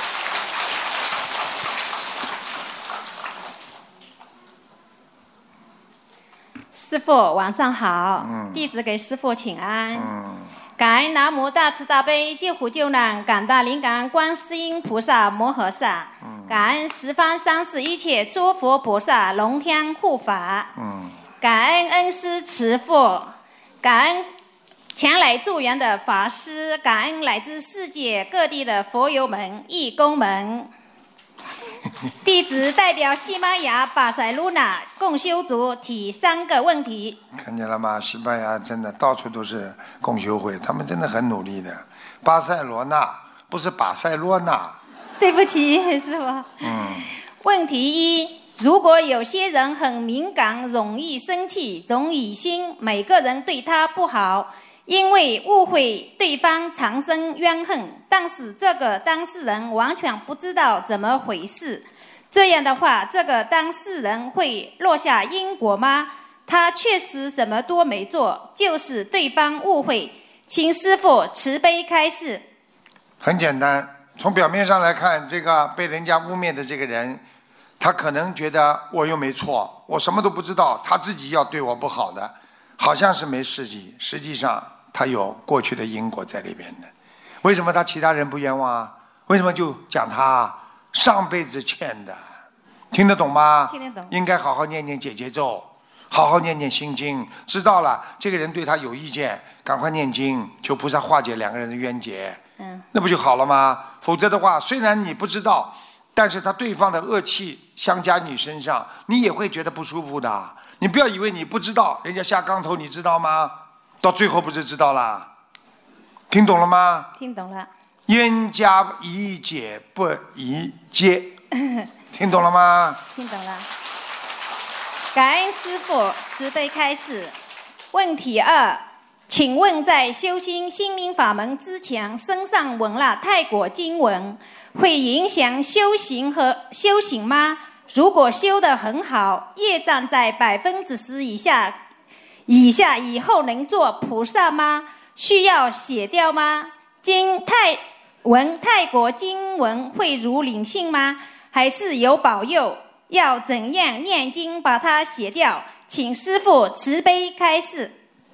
师父晚上好，嗯、弟子给师父请安。嗯、感恩南无大慈大悲救苦救难感大灵感观世音菩萨摩诃萨，嗯、感恩十方三世一切诸佛菩萨龙天护法，嗯、感恩恩师慈父，感恩前来助缘的法师，感恩来自世界各地的佛友们、义工们。弟子代表西班牙巴塞罗那共修组提三个问题。 看见了吗？西班牙真的到处都是共修会，他们真的很努力的。巴塞罗那不是巴塞罗那。 对不起，师父。嗯。问题一：如果有些人很敏感，容易生气，总疑心每个人对他不好，因为误会对方产生怨恨，但是这个当事人完全不知道怎么回事。这样的话，这个当事人会落下因果吗？他确实什么都没做，就是对方误会。请师父慈悲开示。 很简单，从表面上来看，这个被人家污蔑的这个人，他可能觉得我又没错，我什么都不知道，他自己要对我不好的，好像是没事情，实际上他有过去的因果在里边的。为什么他其他人不冤枉啊？为什么就讲他上辈子欠的？听得懂吗？ 听得懂。 应该好好念念姐姐咒，好好念念心经。知道了，这个人对他有意见，赶快念经，求菩萨化解两个人的冤结。嗯，那不就好了吗？否则的话，虽然你不知道，但是他对方的恶气相加你身上，你也会觉得不舒服的。你不要以为你不知道，人家下杠头，你知道吗？到最后不是知道啦？听懂了吗？ 听懂了。 冤家宜解不宜结，听懂了吗？ 听懂了。感恩师父慈悲开示。问题二，请问在修心心灵法门之前，身上纹了泰国经文，会影响修行和修行吗？如果修得很好，业障在百分之十以下，以下以后能做菩萨吗？需要写掉吗？经泰文泰国经文会如灵性吗？还是有保佑？要怎样念经把它写掉？请师父慈悲开示。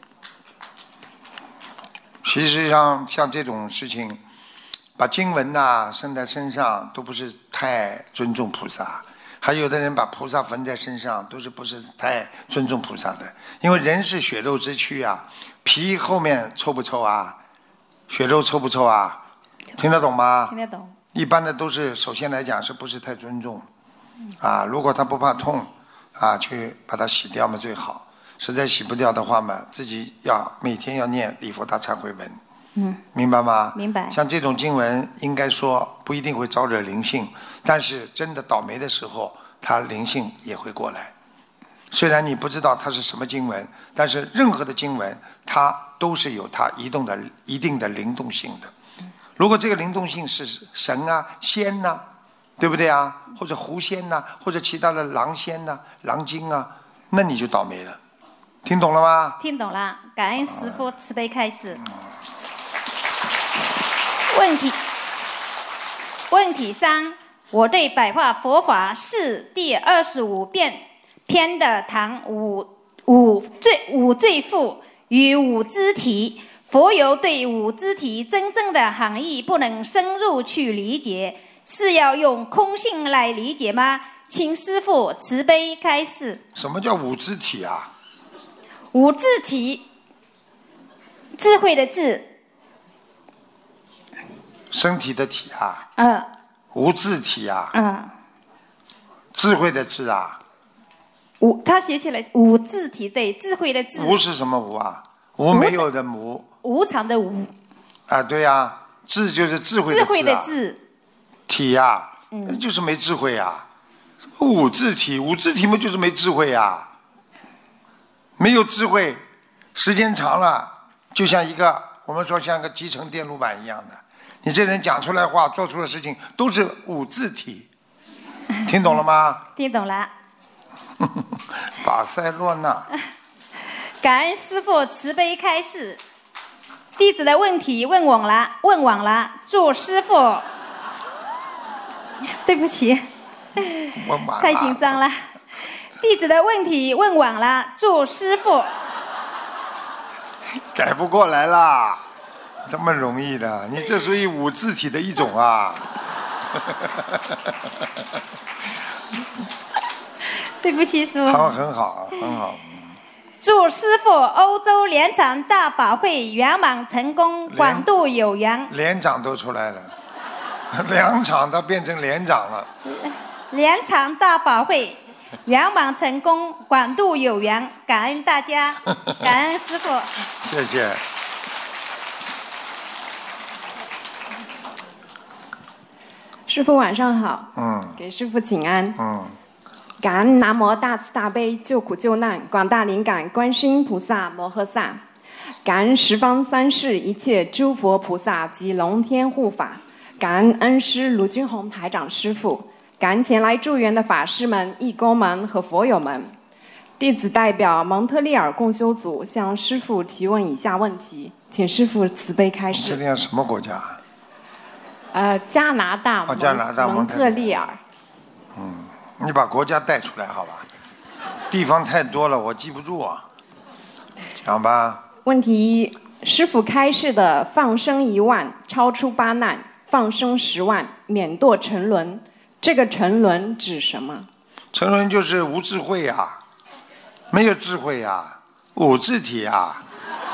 实际上，像这种事情，把经文呐、啊、生在身上，都不是太尊重菩萨。还有的人把菩萨焚在身上，都是不是太尊重菩萨的。因为人是血肉之躯啊，皮后面臭不臭啊？血肉臭不臭啊？听得懂吗？ 听得懂。 一般的都是，首先来讲是不是太尊重？啊，如果他不怕痛，啊，去把它洗掉嘛最好。实在洗不掉的话嘛，自己要每天要念礼佛大忏悔文。嗯，明白吗？ 明白。 像这种经文，应该说不一定会招惹灵性，但是真的倒霉的时候，它灵性也会过来。虽然你不知道它是什么经文，但是任何的经文，它都是有它移动的一定的灵动性的。如果这个灵动性是神啊、仙呐、啊，对不对啊？或者狐仙呐、啊，或者其他的狼仙呐、啊、狼精啊，那你就倒霉了。听懂了吗？ 听懂了，感恩师父慈悲开示。问题问题三，我对《百话佛法释》第二十五遍篇的谈五五罪五罪妇与五肢体，佛有对五肢体真正的含义不能深入去理解，是要用空性来理解吗？请师父慈悲开示。 什么叫五肢体啊？ 五肢体，智慧的智。 身体的体啊， 嗯， 无字体啊， 嗯， 智慧的智啊， 无，他写起来无字体，对，智慧的智。 无是什么无啊？无没有的无。 无常的无。 啊，对呀、啊，智就是智慧的智、啊。 智慧的智。 体呀、啊，那、嗯、就是没智慧呀、啊。无字体，无字体嘛就是没智慧呀、啊。没有智慧，时间长了，就像一个我们说像个集成电路板一样的。你这人讲出来话，做出的事情都是无字体，听懂了吗？ 听懂了。 巴塞罗那。 感恩师父慈悲开示。弟子的问题问完了，问完了，祝师父。对不起，太紧张了。弟子的问题问完了，祝师父。 改不过来啦，这么容易的，你这属于五字体的一种啊。 对不起，师父。 好，很好，很好。 祝师父欧洲联场大法会圆满成功，广度有缘。 连长都出来了，两场他变成连长了。 联场大法会圆满成功，广度有缘，感恩大家，感恩师父。 谢谢。 师父晚上好。 嗯。 给师父请安。 嗯。 感恩南无大慈大悲救苦救难广大灵感观世音菩萨摩诃萨，感恩十方三世一切诸佛菩萨及龙天护法，感恩恩师卢军宏台长师父，感恩前来助缘的法师们、义工们和佛友们。弟子代表蒙特利尔共修组向师父提问以下问题，请师父慈悲开示。 这里什么国家？ 呃，加拿大。 哦，加拿大蒙特利尔。 嗯。你把国家带出来好吧，地方太多了我记不住啊。讲吧。 问题一，师父开示的放生一万超出八难，放生十万免堕沉沦，这个沉沦指什么？ 沉沦就是无智慧呀、啊，没有智慧呀、啊，无智体呀、啊。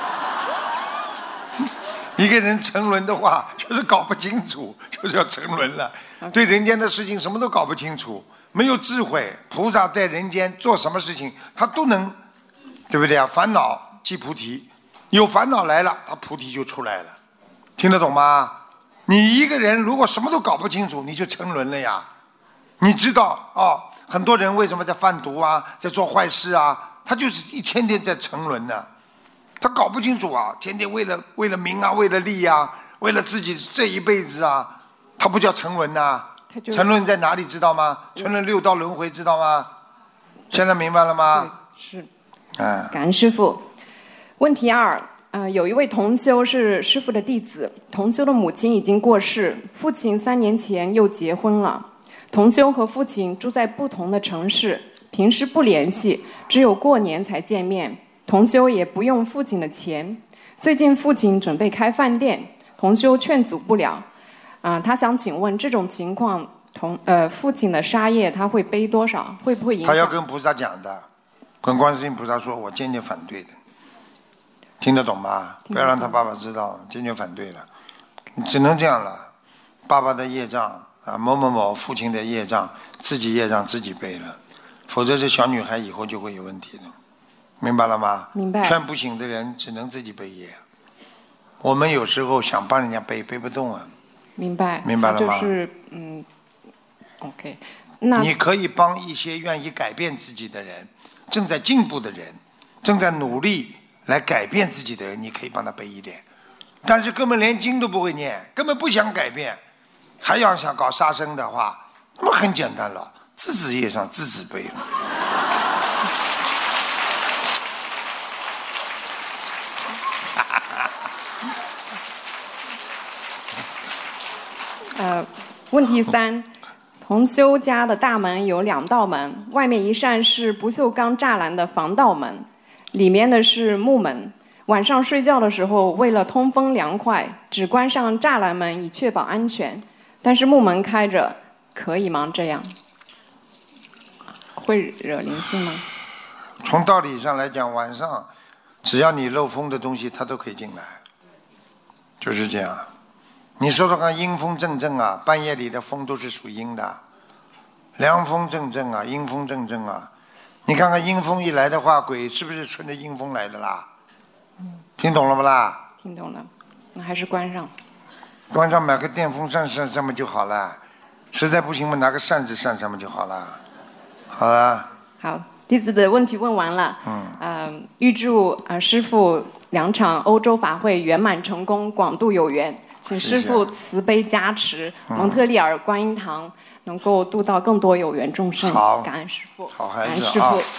一个人沉沦的话就是搞不清楚，就是要沉沦了，对人间的事情什么都搞不清楚，没有智慧。菩萨在人间做什么事情他都能，对不对啊？烦恼即菩提，有烦恼来了他菩提就出来了，听得懂吗？你一个人如果什么都搞不清楚你就沉沦了呀。你知道哦，很多人为什么在贩毒啊，在做坏事啊，他就是一天天在沉沦呢、啊。他搞不清楚啊，天天为了为了名啊，为了利啊，为了自己这一辈子啊，他不叫沉沦呐、啊。沉沦在哪里知道吗？沉沦六道轮回知道吗？现在明白了吗？ 是。 嗯。 感恩师父。问题二，呃，有一位同修是师父的弟子，同修的母亲已经过世，父亲三年前又结婚了。同修和父亲住在不同的城市，平时不联系，只有过年才见面。同修也不用父亲的钱，最近父亲准备开饭店，同修劝阻不了。啊、呃，他想请问这种情况，同呃父亲的杀业他会背多少？会不会影响？ 他要跟菩萨讲的，跟观世音菩萨说，我坚决反对的，听得懂吗？不要让他爸爸知道，坚决反对了，只能这样了。爸爸的业障啊，某某某父亲的业障，自己业障自己背了，否则这小女孩以后就会有问题的。明白了吗？ 明白。 劝不醒的人只能自己背业。我们有时候想帮人家背，背不动啊。 明白。 明白了吗？ 就是嗯 ，OK。那你可以帮一些愿意改变自己的人，正在进步的人，正在努力来改变自己的人，你可以帮他背一点。但是根本连经都不会念，根本不想改变，还要想搞杀生的话，那么很简单了，自己业上自己背了。 呃，问题三，同修家的大门有两道门，外面一扇是不锈钢栅栏的防盗门，里面的是木门。晚上睡觉的时候，为了通风凉快，只关上栅栏门以确保安全。但是木门开着，可以吗？这样会惹灵性吗？ 从道理上来讲，晚上只要你漏风的东西，它都可以进来，就是这样。你说说看，阴风阵阵啊，半夜里的风都是属阴的，凉风阵阵啊，阴风阵阵啊。 你看看阴风一来的话，鬼是不是顺着阴风来的啦？听懂了不啦？ 听懂了，那还是关上。 关上买个电风扇扇上面就好了，实在不行嘛，拿个扇子扇上面就好了。好了。 好，弟子的问题问完了。 嗯。 呃，预祝呃师父两场欧洲法会圆满成功，广度有缘。请师父慈悲加持， 嗯、 蒙特利尔观音堂能够度到更多有缘众生。 好， 感恩师父。 好孩子， 感恩师父。 啊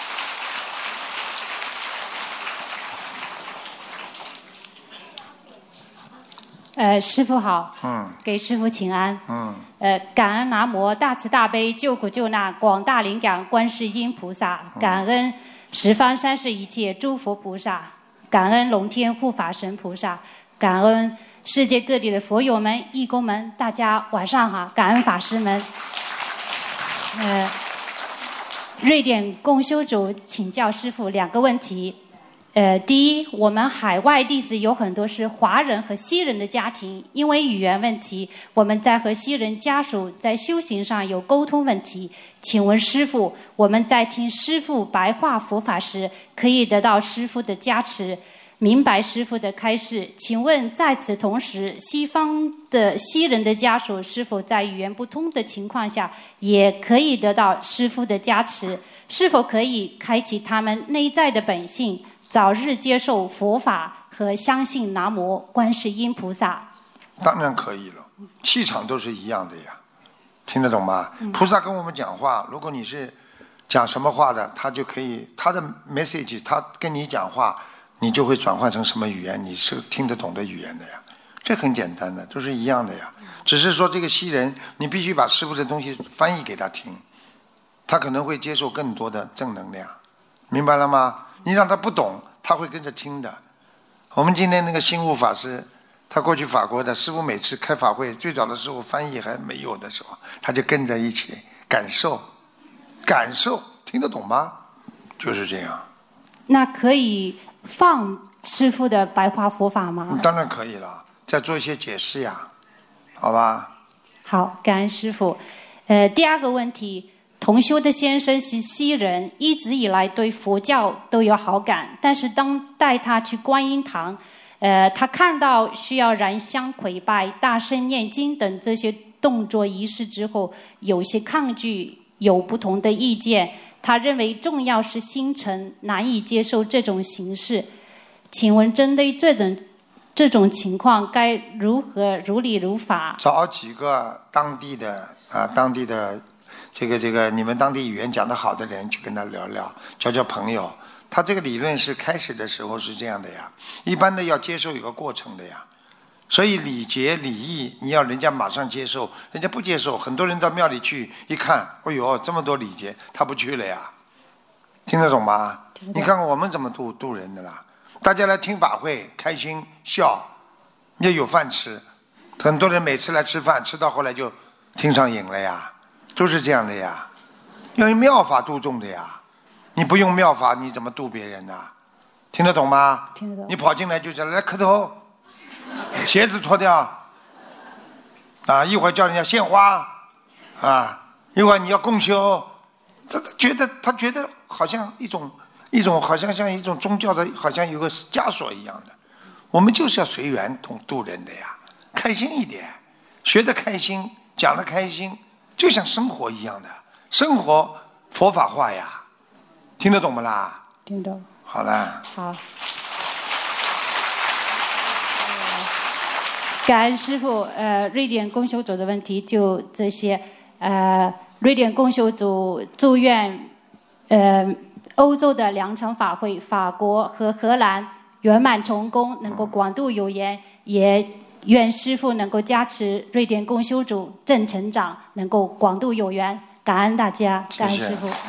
呃，师父好， 嗯， 给师父请安， 嗯， 呃，感恩南无大慈大悲救苦救难广大灵感观世音菩萨，感恩十方三世一切诸佛菩萨，感恩龙天护法神菩萨，感恩世界各地的佛友们、义工们，大家晚上好，感恩法师们。呃，瑞典共修组请教师父两个问题。呃，第一，我们海外弟子有很多是华人和西人的家庭，因为语言问题，我们在和西人家属在修行上有沟通问题。请问师父，我们在听师父白话佛法时，可以得到师父的加持，明白师父的开示。请问在此同时，西方的西人的家属是否在语言不通的情况下，也可以得到师父的加持？是否可以开启他们内在的本性？早日接受佛法和相信南无观世音菩萨。 当然可以了，气场都是一样的呀，听得懂吗？嗯、菩萨跟我们讲话，如果你是讲什么话的，他就可以他的 message， 他跟你讲话，你就会转换成什么语言，你是听得懂的语言的呀。这很简单的，都是一样的呀。只是说这个西人，你必须把师父的东西翻译给他听，他可能会接受更多的正能量，明白了吗？你让他不懂，他会跟着听的。我们今天那个心悟法师，他过去法国的师父，每次开法会，最早的时候翻译还没有的时候，他就跟着一起感受，感受，听得懂吗？就是这样。 那可以放师父的白话佛法吗？ 当然可以了，再做一些解释呀，好吧？ 好，感恩师父。呃，第二个问题。同修的先生是西人，一直以来对佛教都有好感，但是当带他去观音堂，呃，他看到需要燃香跪拜、大声念经等这些动作仪式之后，有些抗拒，有不同的意见。他认为重要是心诚，难以接受这种形式。请问，针对这种这种情况，该如何如理如法？ 找几个当地的啊，当地的。这个这个，你们当地语言讲得好的人去跟他聊聊，交交朋友。他这个理论是开始的时候是这样的呀，一般的要接受有个过程的呀。所以礼节礼义，你要人家马上接受，人家不接受。很多人到庙里去一看，哎呦，这么多礼节，他不去了呀。听得懂吗？你看看我们怎么度度人的啦。大家来听法会，开心笑，也有饭吃。很多人每次来吃饭，吃到后来就听上瘾了呀。都是这样的呀，要用妙法度众的呀。你不用妙法，你怎么度别人呢、啊？听得懂吗？ 听得懂。 你跑进来就讲来磕头，鞋子脱掉，啊，一会儿叫人家献花，啊，一会儿你要共修，他觉得他觉得好像一种一种好像像一种宗教的，好像有个枷锁一样的。我们就是要随缘度度人的呀，开心一点，学得开心，讲得开心。就像生活一样的，生活佛法化呀，听得懂不啦？ 听懂。 好了。 好。感恩师父，呃，瑞典共修组的问题就这些。呃，瑞典共修组祝愿，呃，欧洲的两场法会，法国和荷兰圆满成功，能够广度有缘，也。愿师父能够加持瑞典共修组正成长，能够广度有缘。感恩大家，感恩师父。谢谢。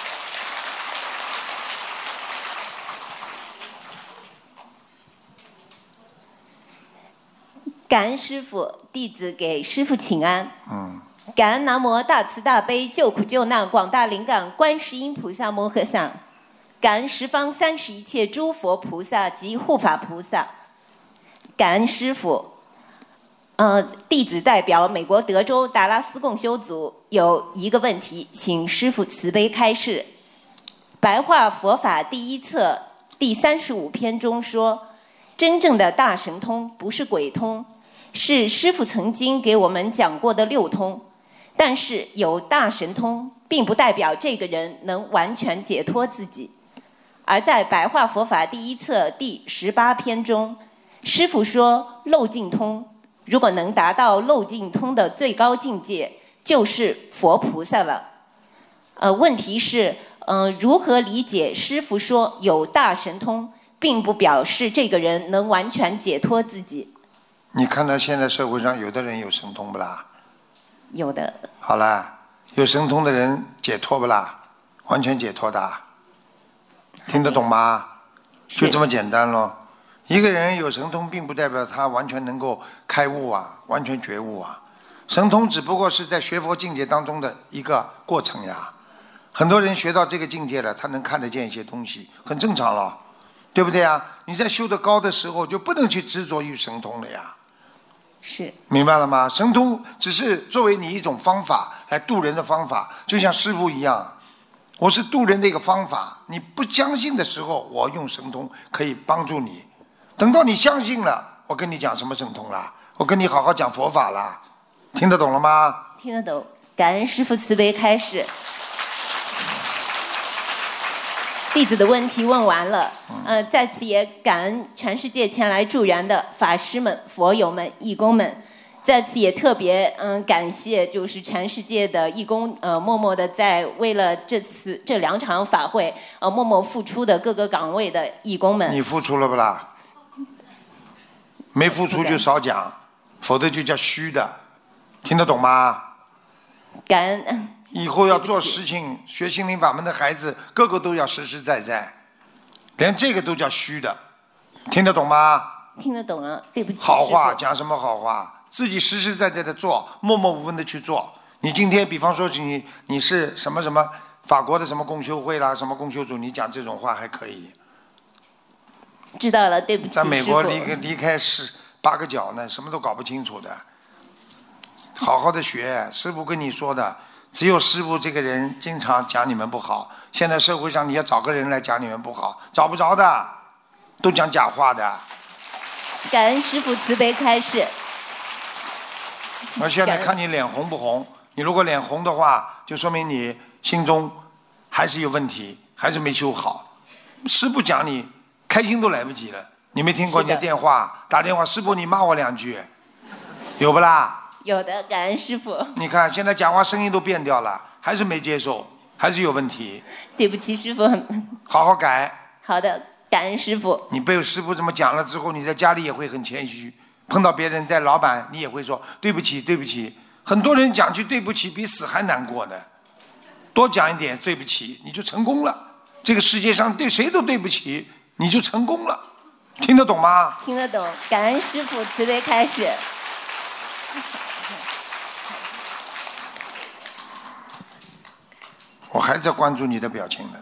感恩师父，弟子给师父请安。 嗯。 感恩南无大慈大悲救苦救难广大灵感观世音菩萨摩诃萨，感恩十方三世一切诸佛菩萨及护法菩萨，感恩师父。呃，弟子代表美国德州达拉斯共修组有一个问题，请师父慈悲开示。 白话佛法第一册第三十五篇中说，真正的大神通不是鬼通，是师父曾经给我们讲过的六通。但是有大神通，并不代表这个人能完全解脱自己。而在白话佛法第一册第十八篇中，师父说漏尽通，如果能达到漏尽通的最高境界，就是佛菩萨了。呃，问题是，呃，如何理解师父说有大神通，并不表示这个人能完全解脱自己？ 你看到现在社会上有的人有神通不啦？ 有的。 好啦，有神通的人解脱不啦？完全解脱的，听得懂吗？就这么简单咯。一个人有神通，并不代表他完全能够开悟啊，完全觉悟啊。神通只不过是在学佛境界当中的一个过程呀。很多人学到这个境界了，他能看得见一些东西，很正常了，对不对啊？你在修得高的时候，就不能去执着于神通了呀。 是。 明白了吗？神通只是作为你一种方法来度人的方法，就像师父一样，我是度人的一个方法。你不相信的时候，我用神通可以帮助你。等到你相信了，我跟你讲什么神通啦？我跟你好好讲佛法啦，听得懂了吗？ 听得懂。感恩师父慈悲开示。弟子的问题问完了，呃，在此也感恩全世界前来助缘的法师们、佛友们、义工们，在此也特别嗯、呃、感谢，就是全世界的义工呃默默的在为了这次这两场法会呃默默付出的各个岗位的义工们。 你付出了不啦？没付出就少讲，否则就叫虚的，听得懂吗？ 感恩。 以后要做事情，学心灵法门的孩子，个个都要实实在在，连这个都叫虚的，听得懂吗？ 听得懂了，对不起。 好话讲什么好话？自己实实在在的做，默默无闻的去做。你今天，比方说你你是什么什么法国的什么共修会啦，什么共修组，你讲这种话还可以。 知道了，对不起。 在美国离离开是八个角呢，什么都搞不清楚的。好好的学，师父跟你说的。只有师父这个人经常讲你们不好，现在社会上你要找个人来讲你们不好，找不着的，都讲假话的。 感恩师父慈悲开示。 我现在看你脸红不红？你如果脸红的话，就说明你心中还是有问题，还是没修好。师父讲你开心都来不及了，你没听过你的电话打电话，师父你骂我两句，有不啦？ 有的，感恩师父。 你看现在讲话声音都变掉了，还是没接受，还是有问题。 对不起，师父。 好好改。 好的，感恩师父。 你被师父这么讲了之后，你在家里也会很谦虚，碰到别人在老板，你也会说对不起，对不起。很多人讲句对不起比死还难过的，多讲一点对不起，你就成功了。这个世界上对谁都对不起，你就成功了。听得懂吗？ 听得懂，感恩师父慈悲开示。 我还在关注你的表情呢，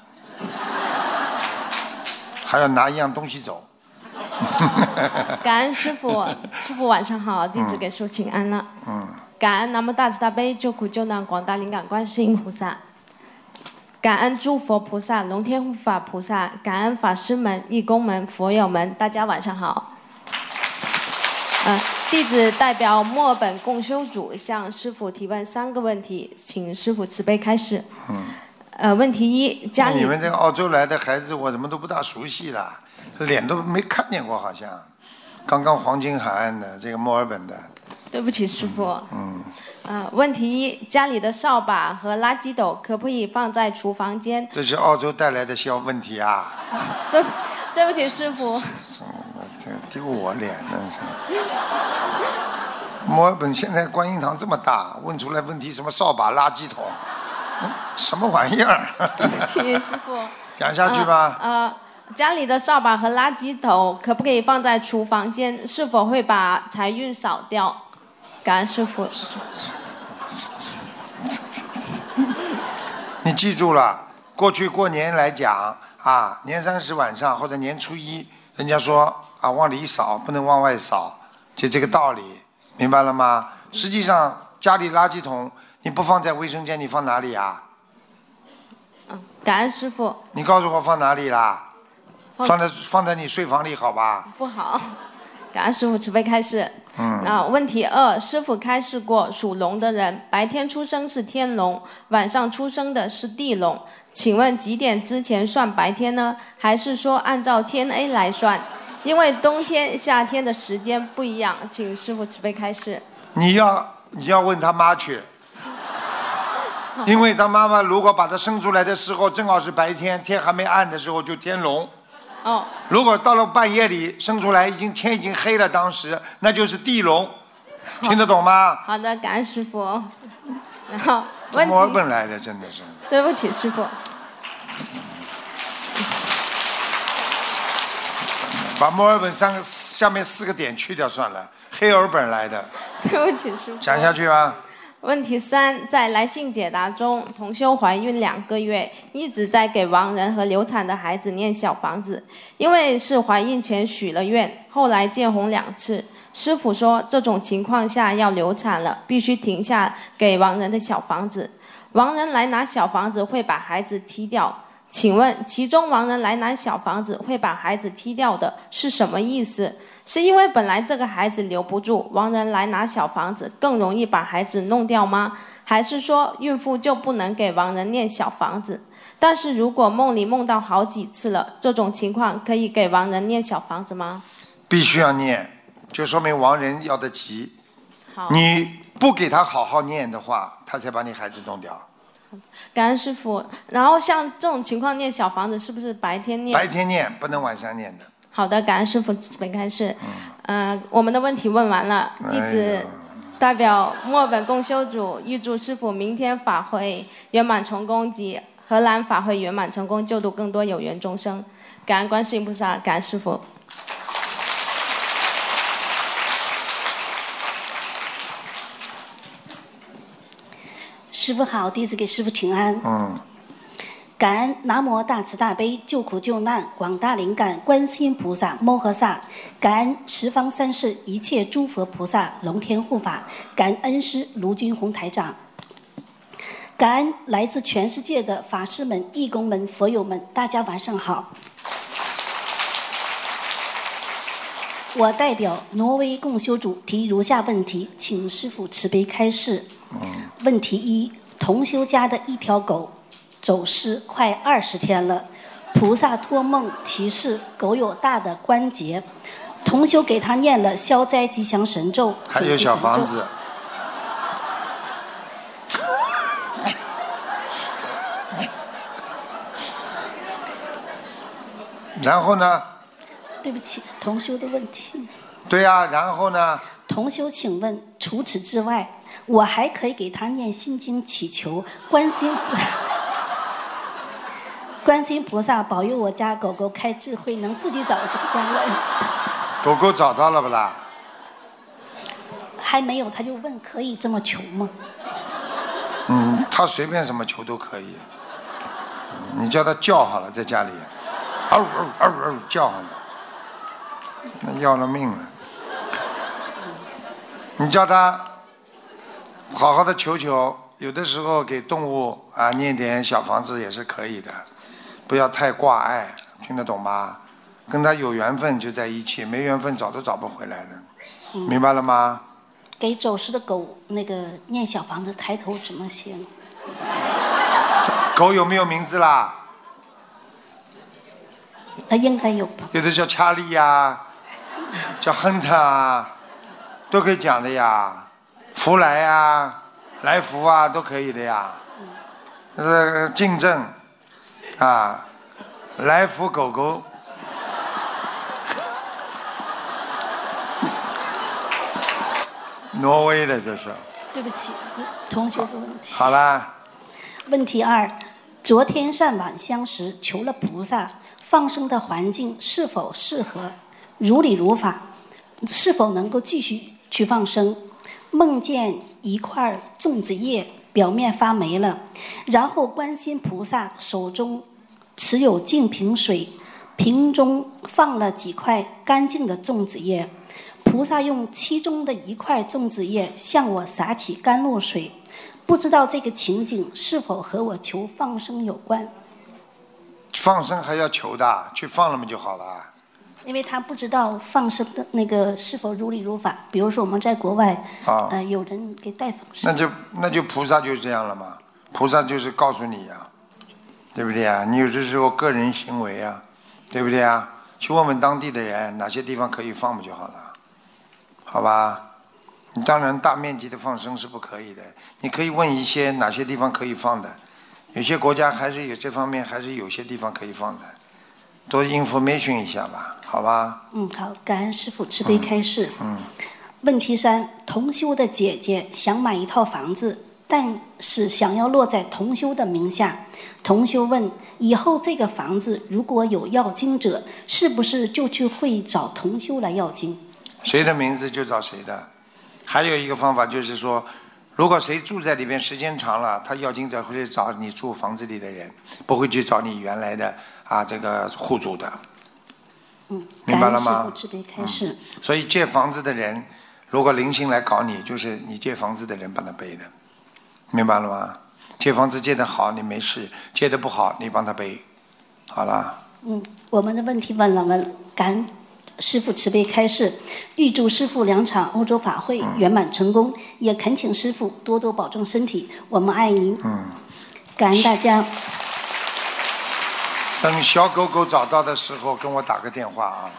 还要拿一样东西走。 感恩师父，师父晚上好，弟子给师父请安了。 嗯。 感恩南无大慈大悲救苦救难广大灵感观世音菩萨，感恩诸佛菩萨、龙天护法菩萨，感恩法师们、义工们、佛友们，大家晚上好。呃，弟子代表墨尔本共修组向师父提问三个问题，请师父慈悲开示。 嗯。 呃，问题一，家里。 你们这个澳洲来的孩子，我怎么都不大熟悉了，脸都没看见过，好像。刚刚黄金海岸的，这个墨尔本的。 对不起，师父。 嗯。 呃，问题一，家里的扫把和垃圾斗可不可以放在厨房间？ 这是澳洲带来的小问题啊。 对，对不起，师父。 丢我脸呢是。墨尔本现在观音堂这么大，问出来问题什么扫把、垃圾桶，嗯、什么玩意儿？ 对不起，师父。 讲下去吧。 呃。呃家里的扫把和垃圾桶可不可以放在厨房间？是否会把财运扫掉？感恩师父。 你记住了，过去过年来讲啊，年三十晚上或者年初一，人家说啊往里扫，不能往外扫，就这个道理，明白了吗？实际上家里垃圾桶你不放在卫生间，你放哪里啊？ 感恩师傅。 你告诉我放哪里啦？ 放放在放在你睡房里好吧？ 不好，感恩师傅慈悲开示。 嗯。 那问题二，师傅开示过，属龙的人白天出生是天龙，晚上出生的是地龙。请问几点之前算白天呢？还是说按照天 A 来算？因为冬天、夏天的时间不一样，请师傅慈悲开示。 你要你要问他妈去。因为他妈妈如果把他生出来的时候正好是白天，天还没暗的时候就天龙。 哦。 如果到了半夜里生出来，已经天已经黑了，当时那就是地龙，听得懂吗？ 好的，感恩师傅。然后问题。 墨尔本来的，真的是。 对不起，师傅。 把墨尔本三个下面四个点去掉算了，黑尔本来的。 对不起，师傅。 讲下去吧。 问题三，在来信解答中，同修怀孕两个月，一直在给亡人和流产的孩子念小房子，因为是怀孕前许了愿，后来见红两次。师父说，这种情况下要流产了，必须停下给亡人的小房子。亡人来拿小房子会把孩子踢掉，请问其中亡人来拿小房子会把孩子踢掉的是什么意思？是因为本来这个孩子留不住，亡人来拿小房子更容易把孩子弄掉吗？还是说孕妇就不能给亡人念小房子？但是如果梦里梦到好几次了，这种情况可以给亡人念小房子吗？ 必须要念，就说明亡人要得急。 好， 你不给他好好念的话，他才把你孩子弄掉。 感恩师父。然后像这种情况念小房子是不是白天念？ 白天念，不能晚上念的。 好的，感恩师父慈悲开示。嗯、呃，我们的问题问完了，弟子代表墨尔本共修组预祝师父明天法会圆满成功及荷兰法会圆满成功，救度更多有缘众生。感恩观世音菩萨，感恩师父。 师父好，弟子给师父请安。 嗯。 感恩南无大慈大悲救苦救难广大灵感观世音菩萨摩诃萨，感恩十方三世一切诸佛菩萨龙天护法，感恩恩师卢军宏台长，感恩来自全世界的法师们、义工们、佛友们，大家晚上好。我代表挪威共修组提如下问题，请师父慈悲开示。问题一：同修家的一条狗走失快二十天了，菩萨托梦提示狗有大的关节，同修给他念了消灾吉祥神咒， 还有小房子。然后呢？ 对不起，是同修的问题。 对呀、啊，然后呢？ 同修，请问，除此之外，我还可以给他念心经，祈求观世音观世音菩萨保佑我家狗狗开智慧，能自己找着家人。 狗狗找到了不啦？ 还没有，他就问可以这么求吗？ 嗯，他随便什么求都可以。你叫他叫好了，在家里，嗷嗷嗷嗷叫好了，那要了命了。你叫他好好的求求，有的时候给动物啊念点小房子也是可以的，不要太挂碍，听得懂吗？跟他有缘分就在一起，没缘分找都找不回来的， 嗯、 明白了吗？ 给走失的狗那个念小房子抬头怎么写？ 狗有没有名字啦？ 那应该有吧。 有的叫查理呀，叫亨特啊，都可以讲的呀。福来呀，来福啊，都可以的呀。呃，竞争啊，来福狗狗。挪威的这是。 对不起，同学的问题。 好啦。 问题二：昨天上晚香时求了菩萨，放生的环境是否适合，如理如法，是否能够继续去放生？梦见一块粽子叶表面发霉了，然后观世音菩萨手中持有净瓶水，瓶中放了几块干净的粽子叶。菩萨用其中的一块粽子叶向我洒起甘露水，不知道这个情景是否和我求放生有关？ 放生还要求的，去放了嘛就好了。 因为他不知道放生的那个是否如理如法。比如说我们在国外， 啊， 呃，有人给代放生， 那就那就菩萨就是这样了嘛。菩萨就是告诉你呀、对不对呀？你有的时候个人行为啊，对不对呀？去问问当地的人哪些地方可以放不就好了，好吧？你当然大面积的放生是不可以的，你可以问一些哪些地方可以放的，有些国家还是有这方面，还是有些地方可以放的，多 information 一下吧，好吧？ 嗯，好，感恩师父慈悲开示。 嗯。 问题三：同修的姐姐想买一套房子，但是想要落在同修的名下。同修问：以后这个房子如果有要经者，是不是就去会找同修来要经？ 谁的名字就找谁的。还有一个方法就是说，如果谁住在里边时间长了，他要经者会找你住房子里的人，不会去找你原来的啊这个户主的。 嗯， 明白了吗？ 感恩师父慈悲开示。 嗯。所以借房子的人，如果灵性来搞你，就是你借房子的人帮他背的，明白了吗？借房子借得好，你没事；借得不好，你帮他背，好了。 嗯，我们的问题问了问，感恩师父慈悲开示，预祝师父两场欧洲法会圆满成功，嗯、也恳请师父多多保重身体，我们爱您。 嗯， 感恩大家。 等小狗狗找到的时候，跟我打个电话啊。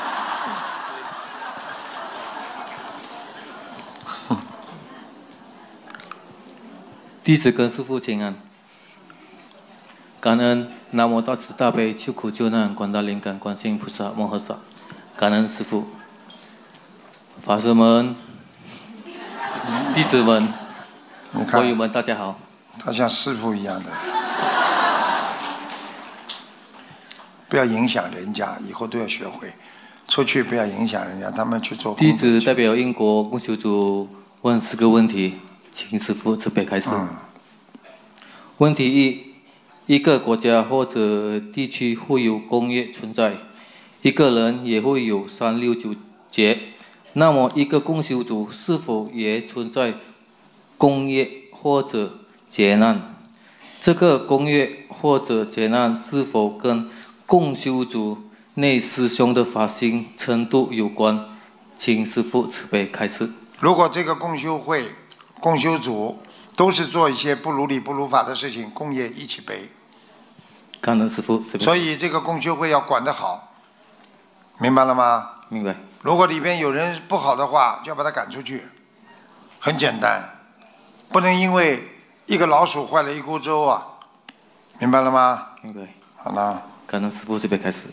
弟子跟师父请安，感恩南无大慈大悲救苦救难广大灵感观世音菩萨摩诃萨，感恩师父，法师们、弟子们、朋友们，大家好。 他像师父一样的，不要影响人家，以后都要学会，出去不要影响人家，他们去做。 弟子代表英国共修组问四个问题。请师父慈悲开始。嗯、问题一：一个国家或者地区会有工业存在，一个人也会有三六九劫。那么，一个共修组是否也存在工业或者劫难？这个工业或者劫难是否跟共修组内师兄的发心程度有关？请师父慈悲开示。 如果这个共修会、共修组都是做一些不如理不如法的事情，共业一起背。 感恩师父。 所以这个共修会要管得好，明白了吗？ 明白。 如果里边有人不好的话，就要把他赶出去，很简单，不能因为一个老鼠坏了一锅粥啊，明白了吗？ 明白。 好了。 感恩师父这边开始。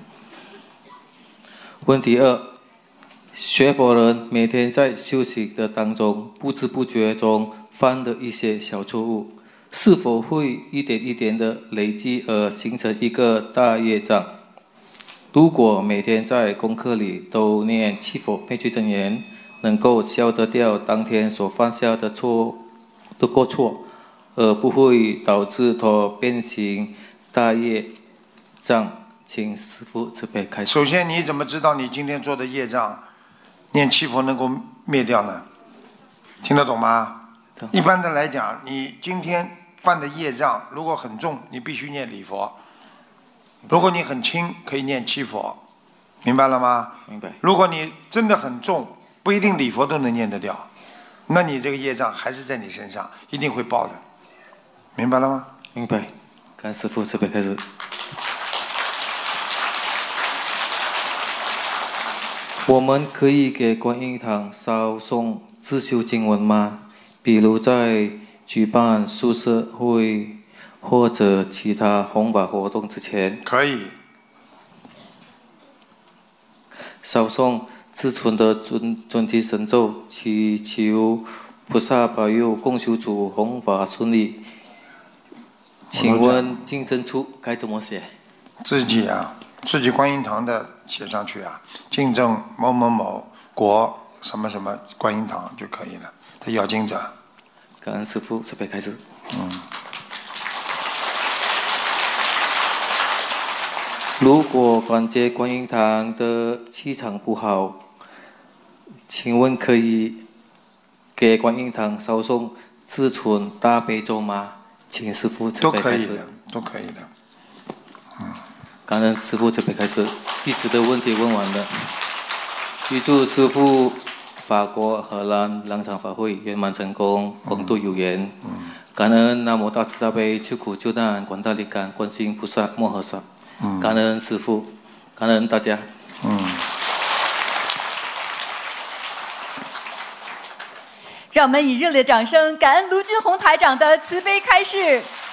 问题二。学佛人每天在修行的当中，不知不觉中犯的一些小错误，是否会一点一点的累积而形成一个大业障？如果每天在功课里都念七佛灭罪真言，能够消得掉当天所犯下的错的过错，而不会导致它变形大业障，请师父慈悲开示。 首先，你怎么知道你今天做的业障念七佛能够灭掉呢？听得懂吗？一般的来讲，你今天犯的业障如果很重，你必须念礼佛；如果你很轻，可以念七佛，明白了吗？ 明白。 如果你真的很重，不一定礼佛都能念得掉，那你这个业障还是在你身上，一定会报的，明白了吗？ 明白。感恩师父慈悲开始。我们可以给观音堂烧送自修经文吗？比如在举办宿舍会或者其他弘法活动之前， 可以烧送自存的准准提神咒，祈求菩萨保佑共修组弘法顺利。请问经真处该怎么写？ 自己啊，自己观音堂的写上去啊，敬正某某某国什么什么观音堂就可以了。他要经者。 感恩师父，这边开始。 嗯。 如果感觉观音堂的气场不好，请问可以给观音堂烧送自存大悲咒吗？请师父这边开始。 都可以的，都可以的。嗯。 感恩师父，这边开始，弟子的问题问完了。预祝师父法国荷兰两场法会圆满成功，广度有缘。嗯、感恩南无大慈大悲救苦救难广大灵感观世音菩萨摩诃萨。嗯、感恩师父，感恩大家。嗯。 让我们以热烈掌声感恩卢军宏台长的慈悲开示。